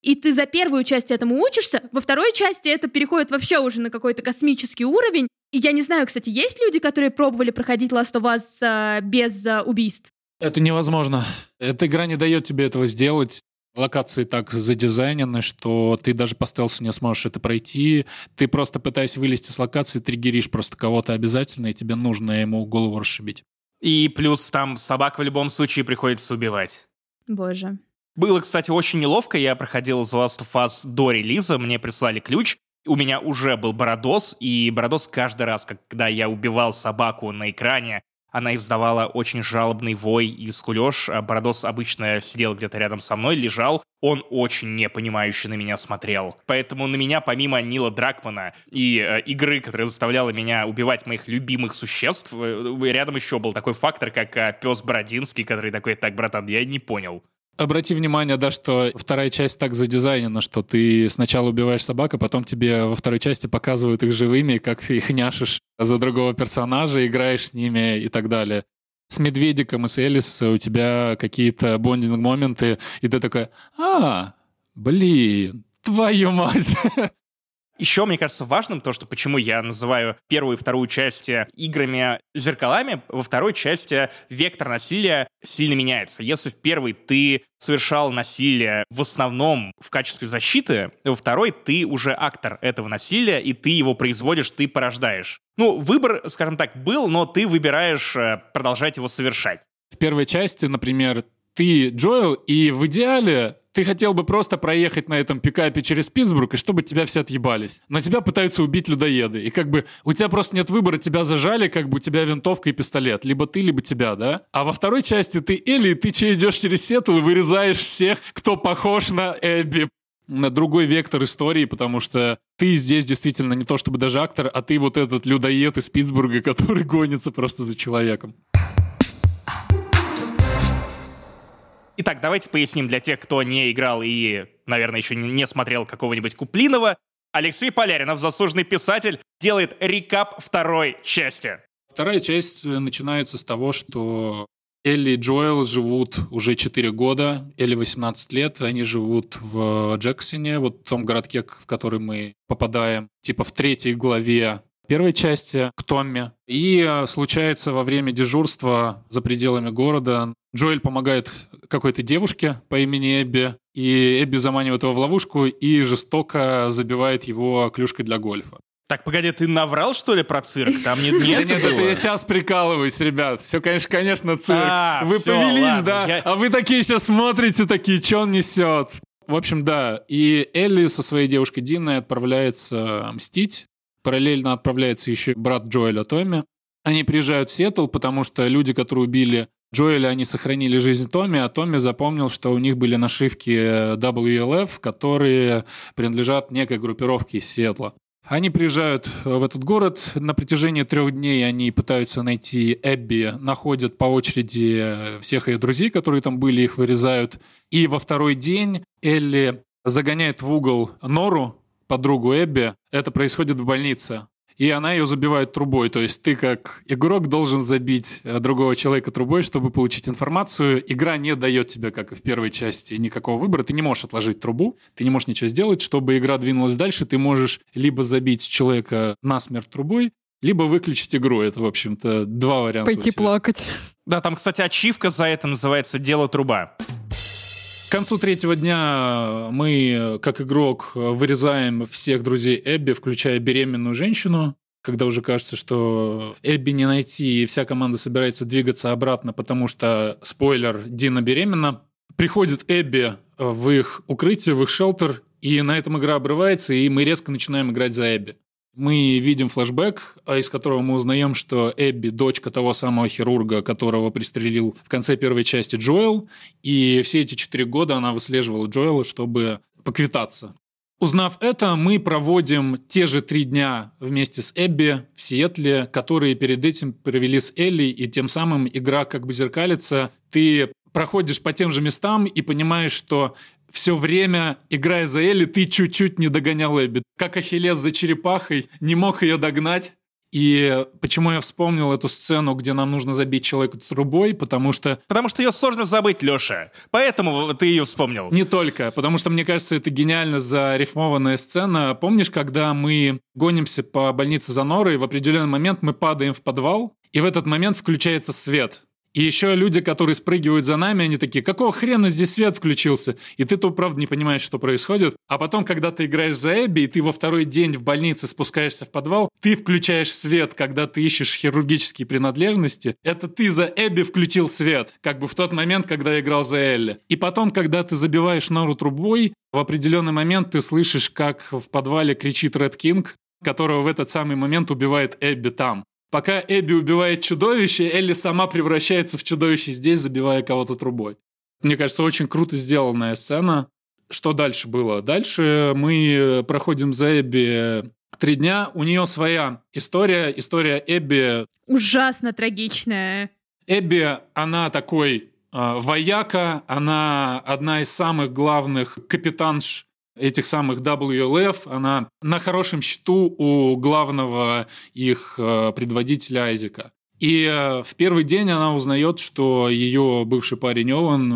и ты за первую часть этому учишься, во второй части это переходит вообще уже на какой-то космический уровень. И я не знаю, кстати, есть люди, которые пробовали проходить Last of Us без убийств? Это невозможно. Эта игра не дает тебе этого сделать. Локации так задизайнены, что ты даже по стелсу не сможешь это пройти. Ты просто, пытаясь вылезти с локации, триггеришь просто кого-то обязательно, и тебе нужно ему голову расшибить. И плюс там собак в любом случае приходится убивать. Боже. Было, кстати, очень неловко. Я проходил The Last of Us до релиза, мне прислали ключ. У меня уже был Бородос, и Бородос каждый раз, когда я убивал собаку на экране, она издавала очень жалобный вой и скулёж. Бородос обычно сидел где-то рядом со мной, лежал. Он очень непонимающе на меня смотрел. Поэтому на меня, помимо Нила Дракмана и игры, которая заставляла меня убивать моих любимых существ, рядом еще был такой фактор, как пес Бородинский, который такой: так, братан, я не понял. Обрати внимание, да, что вторая часть так задизайнена, что ты сначала убиваешь собак, а потом тебе во второй части показывают их живыми, как ты их няшишь за другого персонажа, играешь с ними и так далее. С Медведиком и с Элис у тебя какие-то бондинг-моменты, и ты такой: блин, твою мать. Еще, мне кажется, важным то, что почему я называю первую и вторую части играми-зеркалами, во второй части вектор насилия сильно меняется. Если в первой ты совершал насилие в основном в качестве защиты, во второй ты уже актор этого насилия, и ты его производишь, ты порождаешь. Ну, выбор, скажем так, был, но ты выбираешь продолжать его совершать. В первой части, например, ты Джоэл, и в идеале ты хотел бы просто проехать на этом пикапе через Питтсбург, и чтобы тебя все отъебались. Но тебя пытаются убить людоеды. И как бы у тебя просто нет выбора, тебя зажали, как бы у тебя винтовка и пистолет. Либо ты, либо тебя, да? А во второй части ты Элли, и ты идешь через Сиэтл и вырезаешь всех, кто похож на Эбби. На другой вектор истории, потому что ты здесь действительно не то чтобы даже актор, а ты вот этот людоед из Питтсбурга, который гонится просто за человеком. Итак, давайте поясним для тех, кто не играл и, наверное, еще не смотрел какого-нибудь Куплинова. Алексей Поляринов, заслуженный писатель, делает рекап второй части. Вторая часть начинается с того, что Элли и Джоэл живут уже 4 года, Элли 18 лет, они живут в Джексоне, вот в том городке, в который мы попадаем, типа в 3 главе первой части, к Томми. И случается во время дежурства за пределами города, Джоэль помогает какой-то девушке по имени Эбби, и Эбби заманивает его в ловушку и жестоко забивает его клюшкой для гольфа. Так, погоди, ты наврал, что ли, про цирк? Там нет, нет, это я сейчас прикалываюсь, ребят. Все, конечно, цирк. Вы повелись, да? А вы такие сейчас смотрите, такие, что он несет? В общем, да. И Элли со своей девушкой Диной отправляется мстить. Параллельно отправляется еще брат Джоэля Томми. Они приезжают в Сиэтл, потому что люди, которые убили Джоэля, они сохранили жизнь Томми, а Томми запомнил, что у них были нашивки WLF, которые принадлежат некой группировке из Сиэтла. Они приезжают в этот город, на протяжении 3 дней они пытаются найти Эбби, находят по очереди всех ее друзей, которые там были, их вырезают. И во второй день Элли загоняет в угол Нору, подругу Эбби. Это происходит в больнице. И она ее забивает трубой. То есть ты как игрок должен забить другого человека трубой, чтобы получить информацию. Игра не дает тебе, как и в первой части, никакого выбора. Ты не можешь отложить трубу, ты не можешь ничего сделать. Чтобы игра двинулась дальше, ты можешь либо забить человека насмерть трубой, либо выключить игру. Это, в общем-то, 2 варианта. Пойти плакать. Да, там, кстати, ачивка за это называется «Дело труба». К концу 3-го дня мы, как игрок, вырезаем всех друзей Эбби, включая беременную женщину, когда уже кажется, что Эбби не найти, и вся команда собирается двигаться обратно, потому что, спойлер, Дина беременна. Приходит Эбби в их укрытие, в их шелтер, и на этом игра обрывается, и мы резко начинаем играть за Эбби. Мы видим флешбэк, из которого мы узнаем, что Эбби – дочка того самого хирурга, которого пристрелил в конце первой части Джоэл, и все эти 4 года она выслеживала Джоэла, чтобы поквитаться. Узнав это, мы проводим те же 3 дня вместе с Эбби в Сиэтле, которые перед этим провели с Элли, и тем самым игра как бы зеркалится. Ты проходишь по тем же местам и понимаешь, что все время, играя за Элли, ты чуть-чуть не догонял Эбби. Как Ахиллес за черепахой, не мог ее догнать. И почему я вспомнил эту сцену, где нам нужно забить человека трубой, потому что ее сложно забыть, Леша. Поэтому ты ее вспомнил. Не только, потому что, мне кажется, это гениально зарифмованная сцена. Помнишь, когда мы гонимся по больнице за Норой, в определенный момент мы падаем в подвал, и в этот момент включается свет. И еще люди, которые спрыгивают за нами, они такие: какого хрена здесь свет включился? И ты-то, правда, не понимаешь, что происходит. А потом, когда ты играешь за Эбби, и ты во второй день в больнице спускаешься в подвал, ты включаешь свет, когда ты ищешь хирургические принадлежности. Это ты за Эбби включил свет, как бы в тот момент, когда я играл за Элли. И потом, когда ты забиваешь Нору трубой, в определенный момент ты слышишь, как в подвале кричит Ред Кинг, которого в этот самый момент убивает Эбби там. Пока Эбби убивает чудовище, Элли сама превращается в чудовище здесь, забивая кого-то трубой. Мне кажется, очень круто сделанная сцена. Что дальше было? Дальше мы проходим за Эбби 3 дня. У нее своя история. История Эбби... Ужасно трагичная. Эбби, она такой вояка, она одна из самых главных капитанш этих самых WLF, она на хорошем счету у главного их предводителя Айзека. И в первый день она узнает, что ее бывший парень Оуэн,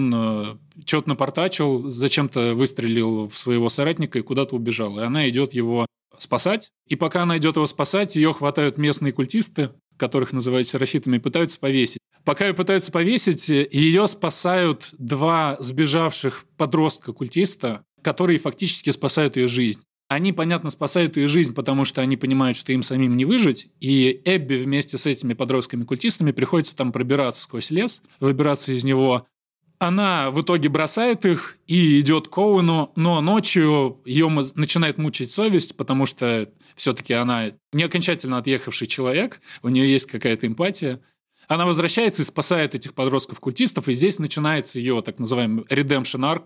он что-то напортачил, зачем-то выстрелил в своего соратника и куда-то убежал. И она идет его спасать. И пока она идет его спасать, ее хватают местные культисты, которых называют серафитами, и пытаются повесить. Пока ее пытаются повесить, ее спасают 2 сбежавших подростка-культиста, которые фактически спасают ее жизнь. Они, понятно, спасают ее жизнь, потому что они понимают, что им самим не выжить, и Эбби вместе с этими подростками-культистами приходится там пробираться сквозь лес, выбираться из него. Она в итоге бросает их и идет к Оуэну, но ночью ее начинает мучить совесть, потому что все-таки она не окончательно отъехавший человек, у нее есть какая-то эмпатия. Она возвращается и спасает этих подростков-культистов, и здесь начинается ее так называемый redemption arc,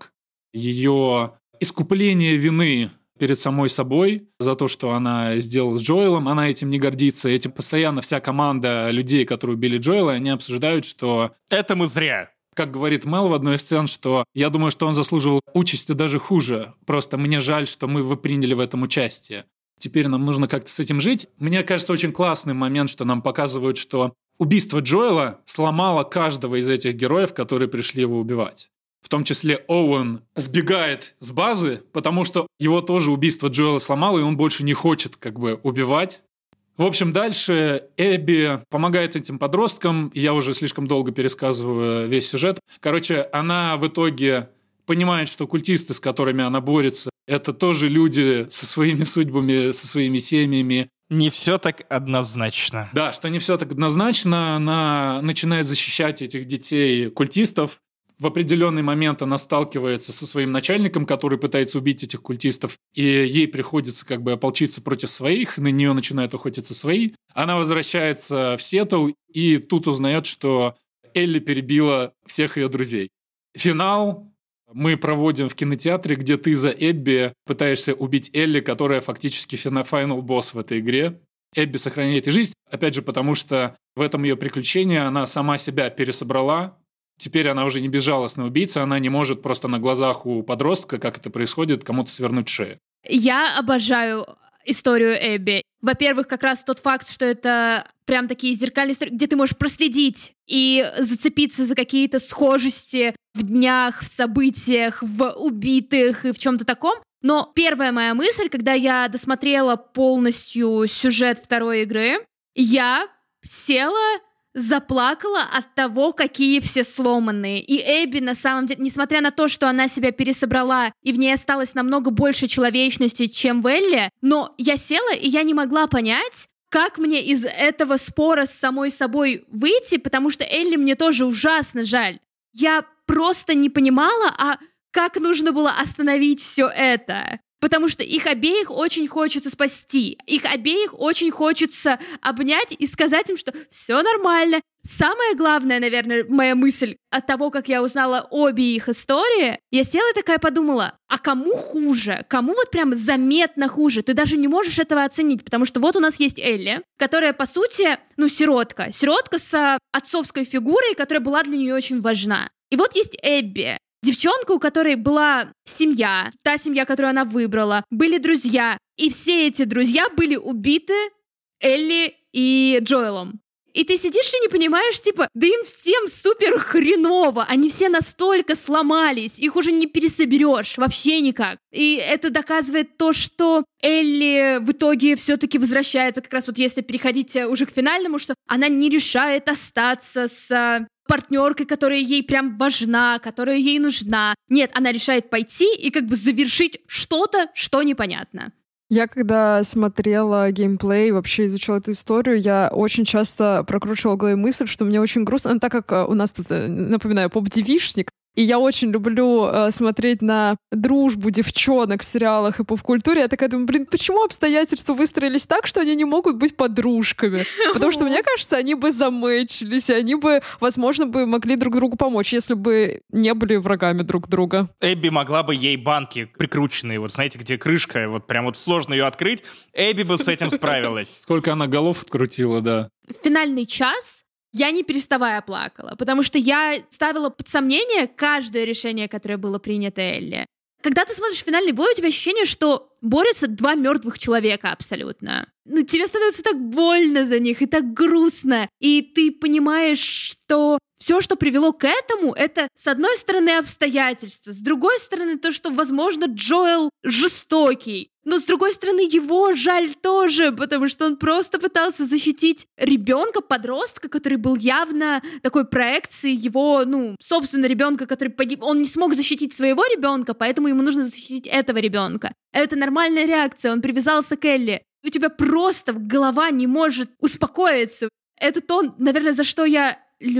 ее искупление вины перед самой собой за то, что она сделала с Джоэлом. Она этим не гордится. Этим постоянно вся команда людей, которые убили Джоэла, они обсуждают, что... Это мы зря. Как говорит Мел в одной из сцен, что я думаю, что он заслуживал участи даже хуже. Просто мне жаль, что мы приняли в этом участие. Теперь нам нужно как-то с этим жить. Мне кажется, очень классный момент, что нам показывают, что убийство Джоэла сломало каждого из этих героев, которые пришли его убивать. В том числе Оуэн сбегает с базы, потому что его тоже убийство Джоэла сломало, и он больше не хочет убивать. В общем, дальше Эбби помогает этим подросткам, и я уже слишком долго пересказываю весь сюжет. Короче, она в итоге понимает, что культисты, с которыми она борется, это тоже люди со своими судьбами, со своими семьями. Не все так однозначно. Да, что не все так однозначно. Она начинает защищать этих детей-культистов. В определенный момент она сталкивается со своим начальником, который пытается убить этих культистов, и ей приходится ополчиться против своих, на нее начинают охотиться свои. Она возвращается в Сиэтл и тут узнает, что Элли перебила всех ее друзей. Финал мы проводим в кинотеатре, где ты за Эбби пытаешься убить Элли, которая фактически финал босс в этой игре. Эбби сохраняет ей жизнь, опять же, потому что в этом ее приключении она сама себя пересобрала. Теперь она уже не безжалостная убийца, она не может просто на глазах у подростка, как это происходит, кому-то свернуть шею. Я обожаю историю Эбби. Во-первых, как раз тот факт, что это прям такие зеркальные истории, где ты можешь проследить и зацепиться за какие-то схожести в днях, в событиях, в убитых и в чем-то таком. Но первая моя мысль, когда я досмотрела полностью сюжет второй игры, я села, заплакала от того, какие все сломанные. И Эбби, на самом деле, несмотря на то, что она себя пересобрала, и в ней осталось намного больше человечности, чем в Элли, но я села, и я не могла понять, как мне из этого спора с самой собой выйти, потому что Элли мне тоже ужасно жаль. Я просто не понимала, а как нужно было остановить все это. Потому что их обеих очень хочется спасти. Их обеих очень хочется обнять и сказать им, что все нормально. Самая главная, наверное, моя мысль от того, как я узнала обе их истории, я села и такая подумала, а кому хуже? Кому вот прям заметно хуже? Ты даже не можешь этого оценить, потому что вот у нас есть Элли, которая, по сути, сиротка. Сиротка с отцовской фигурой, которая была для нее очень важна. И вот есть Эбби. Девчонка, у которой была семья, та семья, которую она выбрала, были друзья, и все эти друзья были убиты Элли и Джоэлом. И ты сидишь и не понимаешь, типа, да им всем супер хреново, они все настолько сломались, их уже не пересоберешь, вообще никак. И это доказывает то, что Элли в итоге все-таки возвращается, как раз вот если переходить уже к финальному, что она не решает остаться с партнеркой, которая ей прям важна, которая ей нужна. Нет, она решает пойти и как бы завершить что-то, что непонятно. Я когда смотрела геймплей, вообще изучала эту историю, я очень часто прокручивала в голове мысль, что мне очень грустно, так как у нас тут, напоминаю, поп-девишник, и я очень люблю смотреть на дружбу девчонок в сериалах и поп-культуре. Я такая думаю, почему обстоятельства выстроились так, что они не могут быть подружками? Потому что, мне кажется, они бы замэчились, и они бы, возможно, бы могли друг другу помочь, если бы не были врагами друг друга. Эбби могла бы ей банки прикрученные, вот знаете, где крышка, вот прям вот сложно ее открыть, Эбби бы с этим справилась. Сколько она голов открутила, да. В финальный час я не переставая плакала, потому что я ставила под сомнение каждое решение, которое было принято Элли. Когда ты смотришь финальный бой, у тебя ощущение, что борются два мертвых человека абсолютно. Ну, тебе становится так больно за них и так грустно. И ты понимаешь, что все, что привело к этому, это, с одной стороны, обстоятельства, с другой стороны, то, что, возможно, Джоэл жестокий. Но, с другой стороны, его жаль тоже, потому что он просто пытался защитить ребенка, подростка, который был явно такой проекцией его, собственно, ребенка, который погиб. Он не смог защитить своего ребенка, поэтому ему нужно защитить этого ребенка. Это нормальная реакция, он привязался к Элли. У тебя просто голова не может успокоиться. Это то, наверное, за что я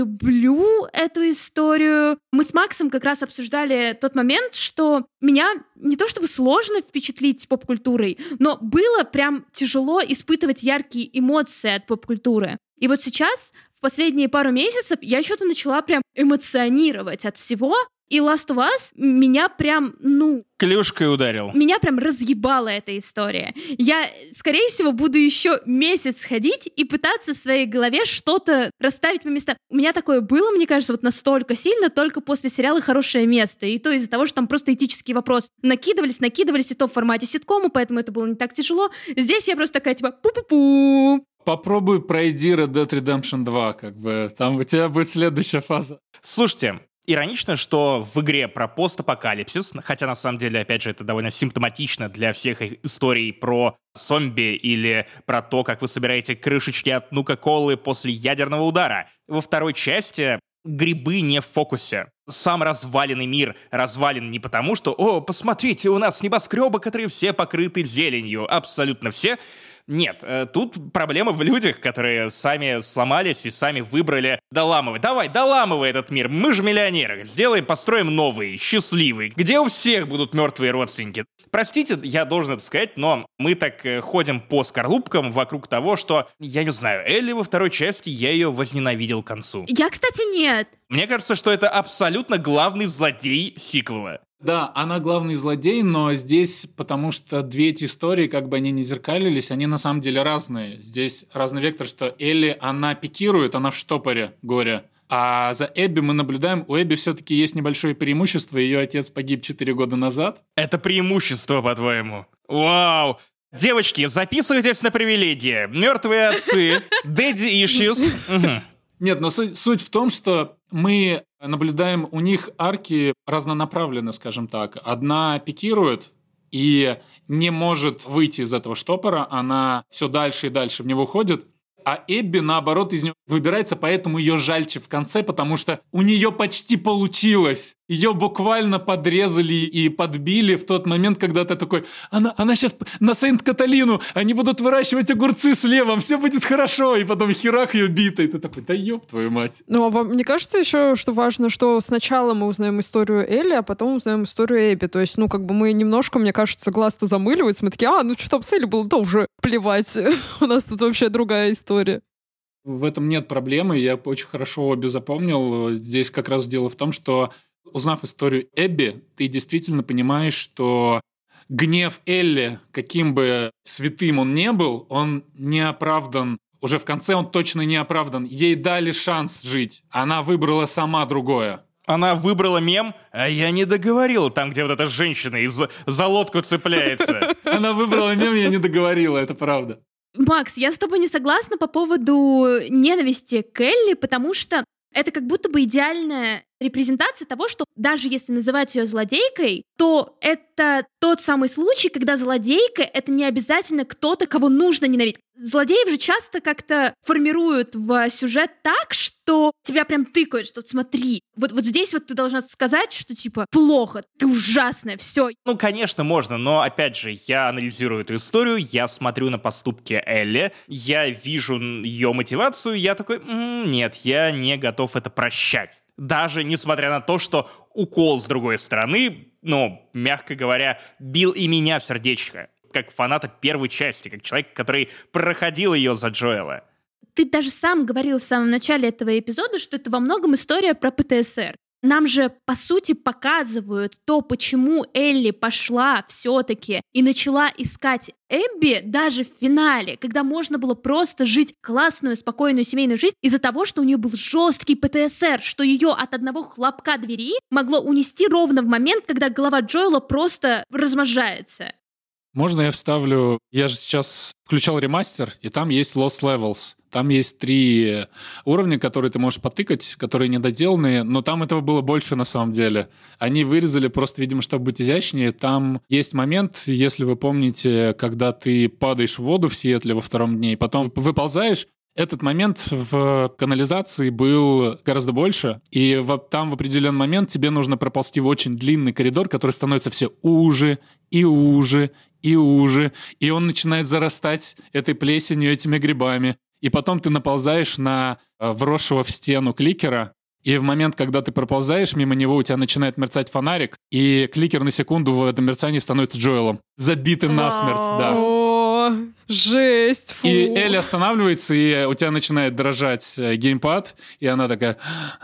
люблю эту историю. Мы с Максом как раз обсуждали тот момент, что меня не то чтобы сложно впечатлить поп-культурой, но было прям тяжело испытывать яркие эмоции от поп-культуры. И вот сейчас, в последние пару месяцев, я что-то начала прям эмоционировать от всего, и Last of Us меня прям, клюшкой ударил. Меня прям разъебала эта история. Я, скорее всего, буду еще месяц ходить и пытаться в своей голове что-то расставить по местам. У меня такое было, мне кажется, вот настолько сильно только после сериала «Хорошее место». И то из-за того, что там просто этический вопрос накидывались, и то в формате ситкома, поэтому это было не так тяжело. Здесь я просто такая, типа, пу-пу-пу. Попробуй пройди Red Dead Redemption 2, как бы. Там у тебя будет следующая фаза. Слушайте, иронично, что в игре про постапокалипсис, хотя на самом деле, опять же, это довольно симптоматично для всех историй про зомби или про то, как вы собираете крышечки от Нука-Колы после ядерного удара. Во второй части грибы не в фокусе. Сам разваленный мир развален не потому, что посмотрите, у нас небоскребы, которые все покрыты зеленью, абсолютно все. Нет, тут проблема в людях, которые сами сломались и сами выбрали доламывать. Давай, доламывай этот мир, мы же миллионеры, построим новый, счастливый, где у всех будут мертвые родственники. Простите, я должен это сказать, но мы так ходим по скорлупкам вокруг того, что, я не знаю, Элли во второй части, я ее возненавидел к концу. Я, кстати, нет. Мне кажется, что это абсолютно главный злодей сиквела. Да, она главный злодей, но здесь, потому что две эти истории, как бы они ни зеркалились, они на самом деле разные. Здесь разный вектор, что Элли, она пикирует, она в штопоре горя. А за Эбби мы наблюдаем, у Эбби все-таки есть небольшое преимущество, ее отец погиб 4 года назад. Это преимущество, по-твоему? Вау! Девочки, записывайтесь на привилегии. Мертвые отцы, daddy issues. Нет, но суть в том, что мы наблюдаем у них арки разнонаправленно, скажем так. Одна пикирует и не может выйти из этого штопора, она все дальше и дальше в него уходит. А Эбби, наоборот, из него выбирается, поэтому ее жальче в конце, потому что у нее почти получилось. Ее буквально подрезали и подбили в тот момент, когда ты такой, она сейчас на Сент-Каталину, они будут выращивать огурцы с левом, все будет хорошо, и потом херак ее битой. Ты такой, да ёб твою мать. Ну, а вам не кажется еще, что важно, что сначала мы узнаем историю Элли, а потом узнаем историю Эбби? То есть, мы немножко, мне кажется, глаз-то замыливается, мы такие, что там с Элли было, да уже плевать, у нас тут вообще другая история. В этом нет проблемы, я очень хорошо обе запомнил. Здесь как раз дело в том, что узнав историю Эбби, ты действительно понимаешь, что гнев Элли, каким бы святым он ни был, он не оправдан. Уже в конце он точно не оправдан. Ей дали шанс жить. Она выбрала сама другое. Она выбрала мем, а я не договорил, там, где вот эта женщина за лодку цепляется. Она выбрала мем, я не договорила, это правда. Макс, я с тобой не согласна по поводу ненависти к Элли, потому что это как будто бы идеальная репрезентация того, что даже если называть ее злодейкой, то это тот самый случай, когда злодейка — это не обязательно кто-то, кого нужно ненавидеть. Злодеев же часто как-то формируют в сюжет так, что тебя прям тыкают, что смотри, вот здесь вот ты должна сказать, что типа плохо, ты ужасная, все. Ну, конечно, можно, но, опять же, я анализирую эту историю, я смотрю на поступки Элли, я вижу ее мотивацию, я такой, нет, я не готов это прощать. Даже несмотря на то, что укол с другой стороны, ну, мягко говоря, бил и меня в сердечко, как фаната первой части, как человек, который проходил ее за Джоэла. Ты даже сам говорил в самом начале этого эпизода, что это во многом история про ПТСР. Нам же, по сути, показывают то, почему Элли пошла все-таки и начала искать Эбби даже в финале, когда можно было просто жить классную, спокойную семейную жизнь из-за того, что у нее был жесткий ПТСР, что ее от одного хлопка двери могло унести ровно в момент, когда голова Джоэла просто размножается. Можно я вставлю... Я же сейчас включал ремастер, и там есть Lost Levels. Там есть 3 уровня, которые ты можешь потыкать, которые недоделанные, но там этого было больше на самом деле. Они вырезали просто, видимо, чтобы быть изящнее. Там есть момент, если вы помните, когда ты падаешь в воду в Сиэтле во 2-м дне, и потом выползаешь. Этот момент в канализации был гораздо больше, и там в определенный момент тебе нужно проползти в очень длинный коридор, который становится все уже и уже и уже, и он начинает зарастать этой плесенью, этими грибами. И потом ты наползаешь на вросшего в стену кликера, и в момент, когда ты проползаешь мимо него, у тебя начинает мерцать фонарик, и кликер на секунду в этом мерцании становится Джоэлом. Забитым насмерть, да. О, жесть, фу. И Элли останавливается, и у тебя начинает дрожать геймпад, и она такая...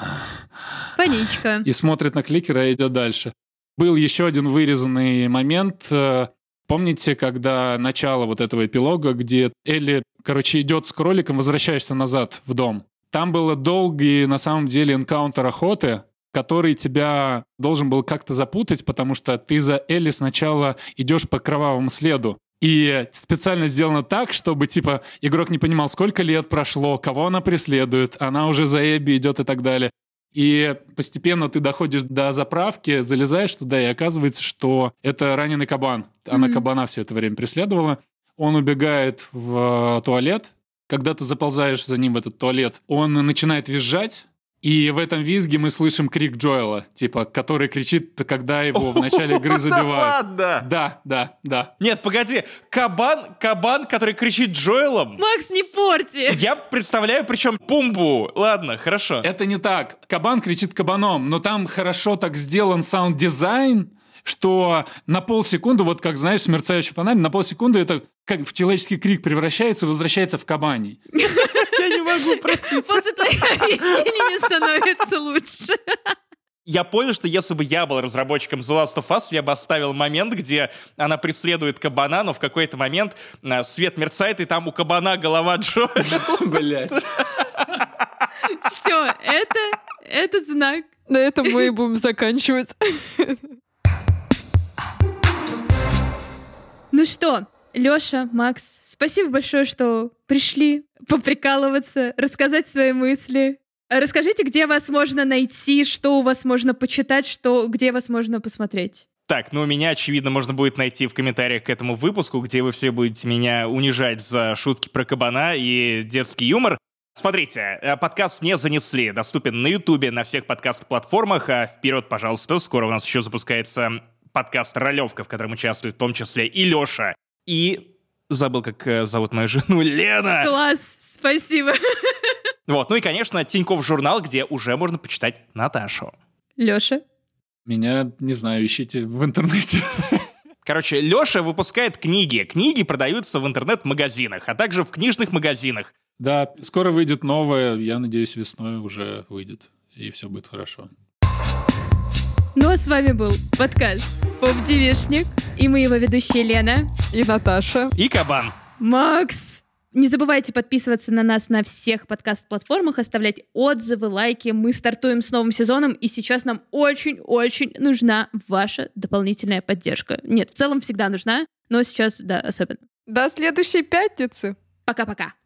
Паничка. И смотрит на кликера и идет дальше. Был еще один вырезанный момент... Помните, когда начало вот этого эпилога, где Элли, идет с кроликом, возвращаешься назад в дом. Там был долгий, на самом деле, энкаунтер охоты, который тебя должен был как-то запутать, потому что ты за Элли сначала идешь по кровавому следу. И специально сделано так, чтобы, игрок не понимал, сколько лет прошло, кого она преследует, она уже за Эбби идет и так далее. И постепенно ты доходишь до заправки, залезаешь туда, и оказывается, что это раненый кабан. Она кабана все это время преследовала. Он убегает в туалет. Когда ты заползаешь за ним в этот туалет, он начинает визжать. И в этом визге мы слышим крик Джоэла, который кричит, когда его в начале игры забивают. Да. Нет, погоди, кабан, который кричит Джоэлом? Макс, не порти! Я представляю, причем Пумбу. Ладно, хорошо. Это не так. Кабан кричит кабаном, но там хорошо так сделан саунд-дизайн, что на полсекунды, вот как, знаешь, мерцающий фонарь, на полсекунды это как в человеческий крик превращается и возвращается в кабаний. Я не могу, простите. После твоих объяснений не становится лучше. Я понял, что если бы я был разработчиком The Last of Us, я бы оставил момент, где она преследует кабана, но в какой-то момент свет мерцает, и там у кабана голова Джоэла. Блять. Все, это знак. На этом мы и будем заканчивать. Ну что, Лёша, Макс, спасибо большое, что пришли поприкалываться, рассказать свои мысли. Расскажите, где вас можно найти, что у вас можно почитать, где вас можно посмотреть. Так, меня, очевидно, можно будет найти в комментариях к этому выпуску, где вы все будете меня унижать за шутки про кабана и детский юмор. Смотрите, подкаст не занесли, доступен на Ютубе, на всех подкаст-платформах, а вперед, пожалуйста, скоро у нас еще запускается подкаст «Ролевка», в котором участвует в том числе и Леша, и забыл, как зовут мою жену, Лена. Класс, спасибо. Вот, и, конечно, Тинькофф журнал, где уже можно почитать Наташу. Леша? Меня, не знаю, ищите в интернете. Короче, Леша выпускает книги. Книги продаются в интернет-магазинах, а также в книжных магазинах. Да, скоро выйдет новое, я надеюсь, весной уже выйдет, и все будет хорошо. Ну а с вами был подкаст «Поп-девишник», и мы его ведущие Лена и Наташа и Кабан. Макс. Не забывайте подписываться на нас на всех подкаст-платформах, оставлять отзывы, лайки. Мы стартуем с новым сезоном, и сейчас нам очень-очень нужна ваша дополнительная поддержка. Нет, в целом всегда нужна, но сейчас, да, особенно. До следующей пятницы. Пока. Пока-пока.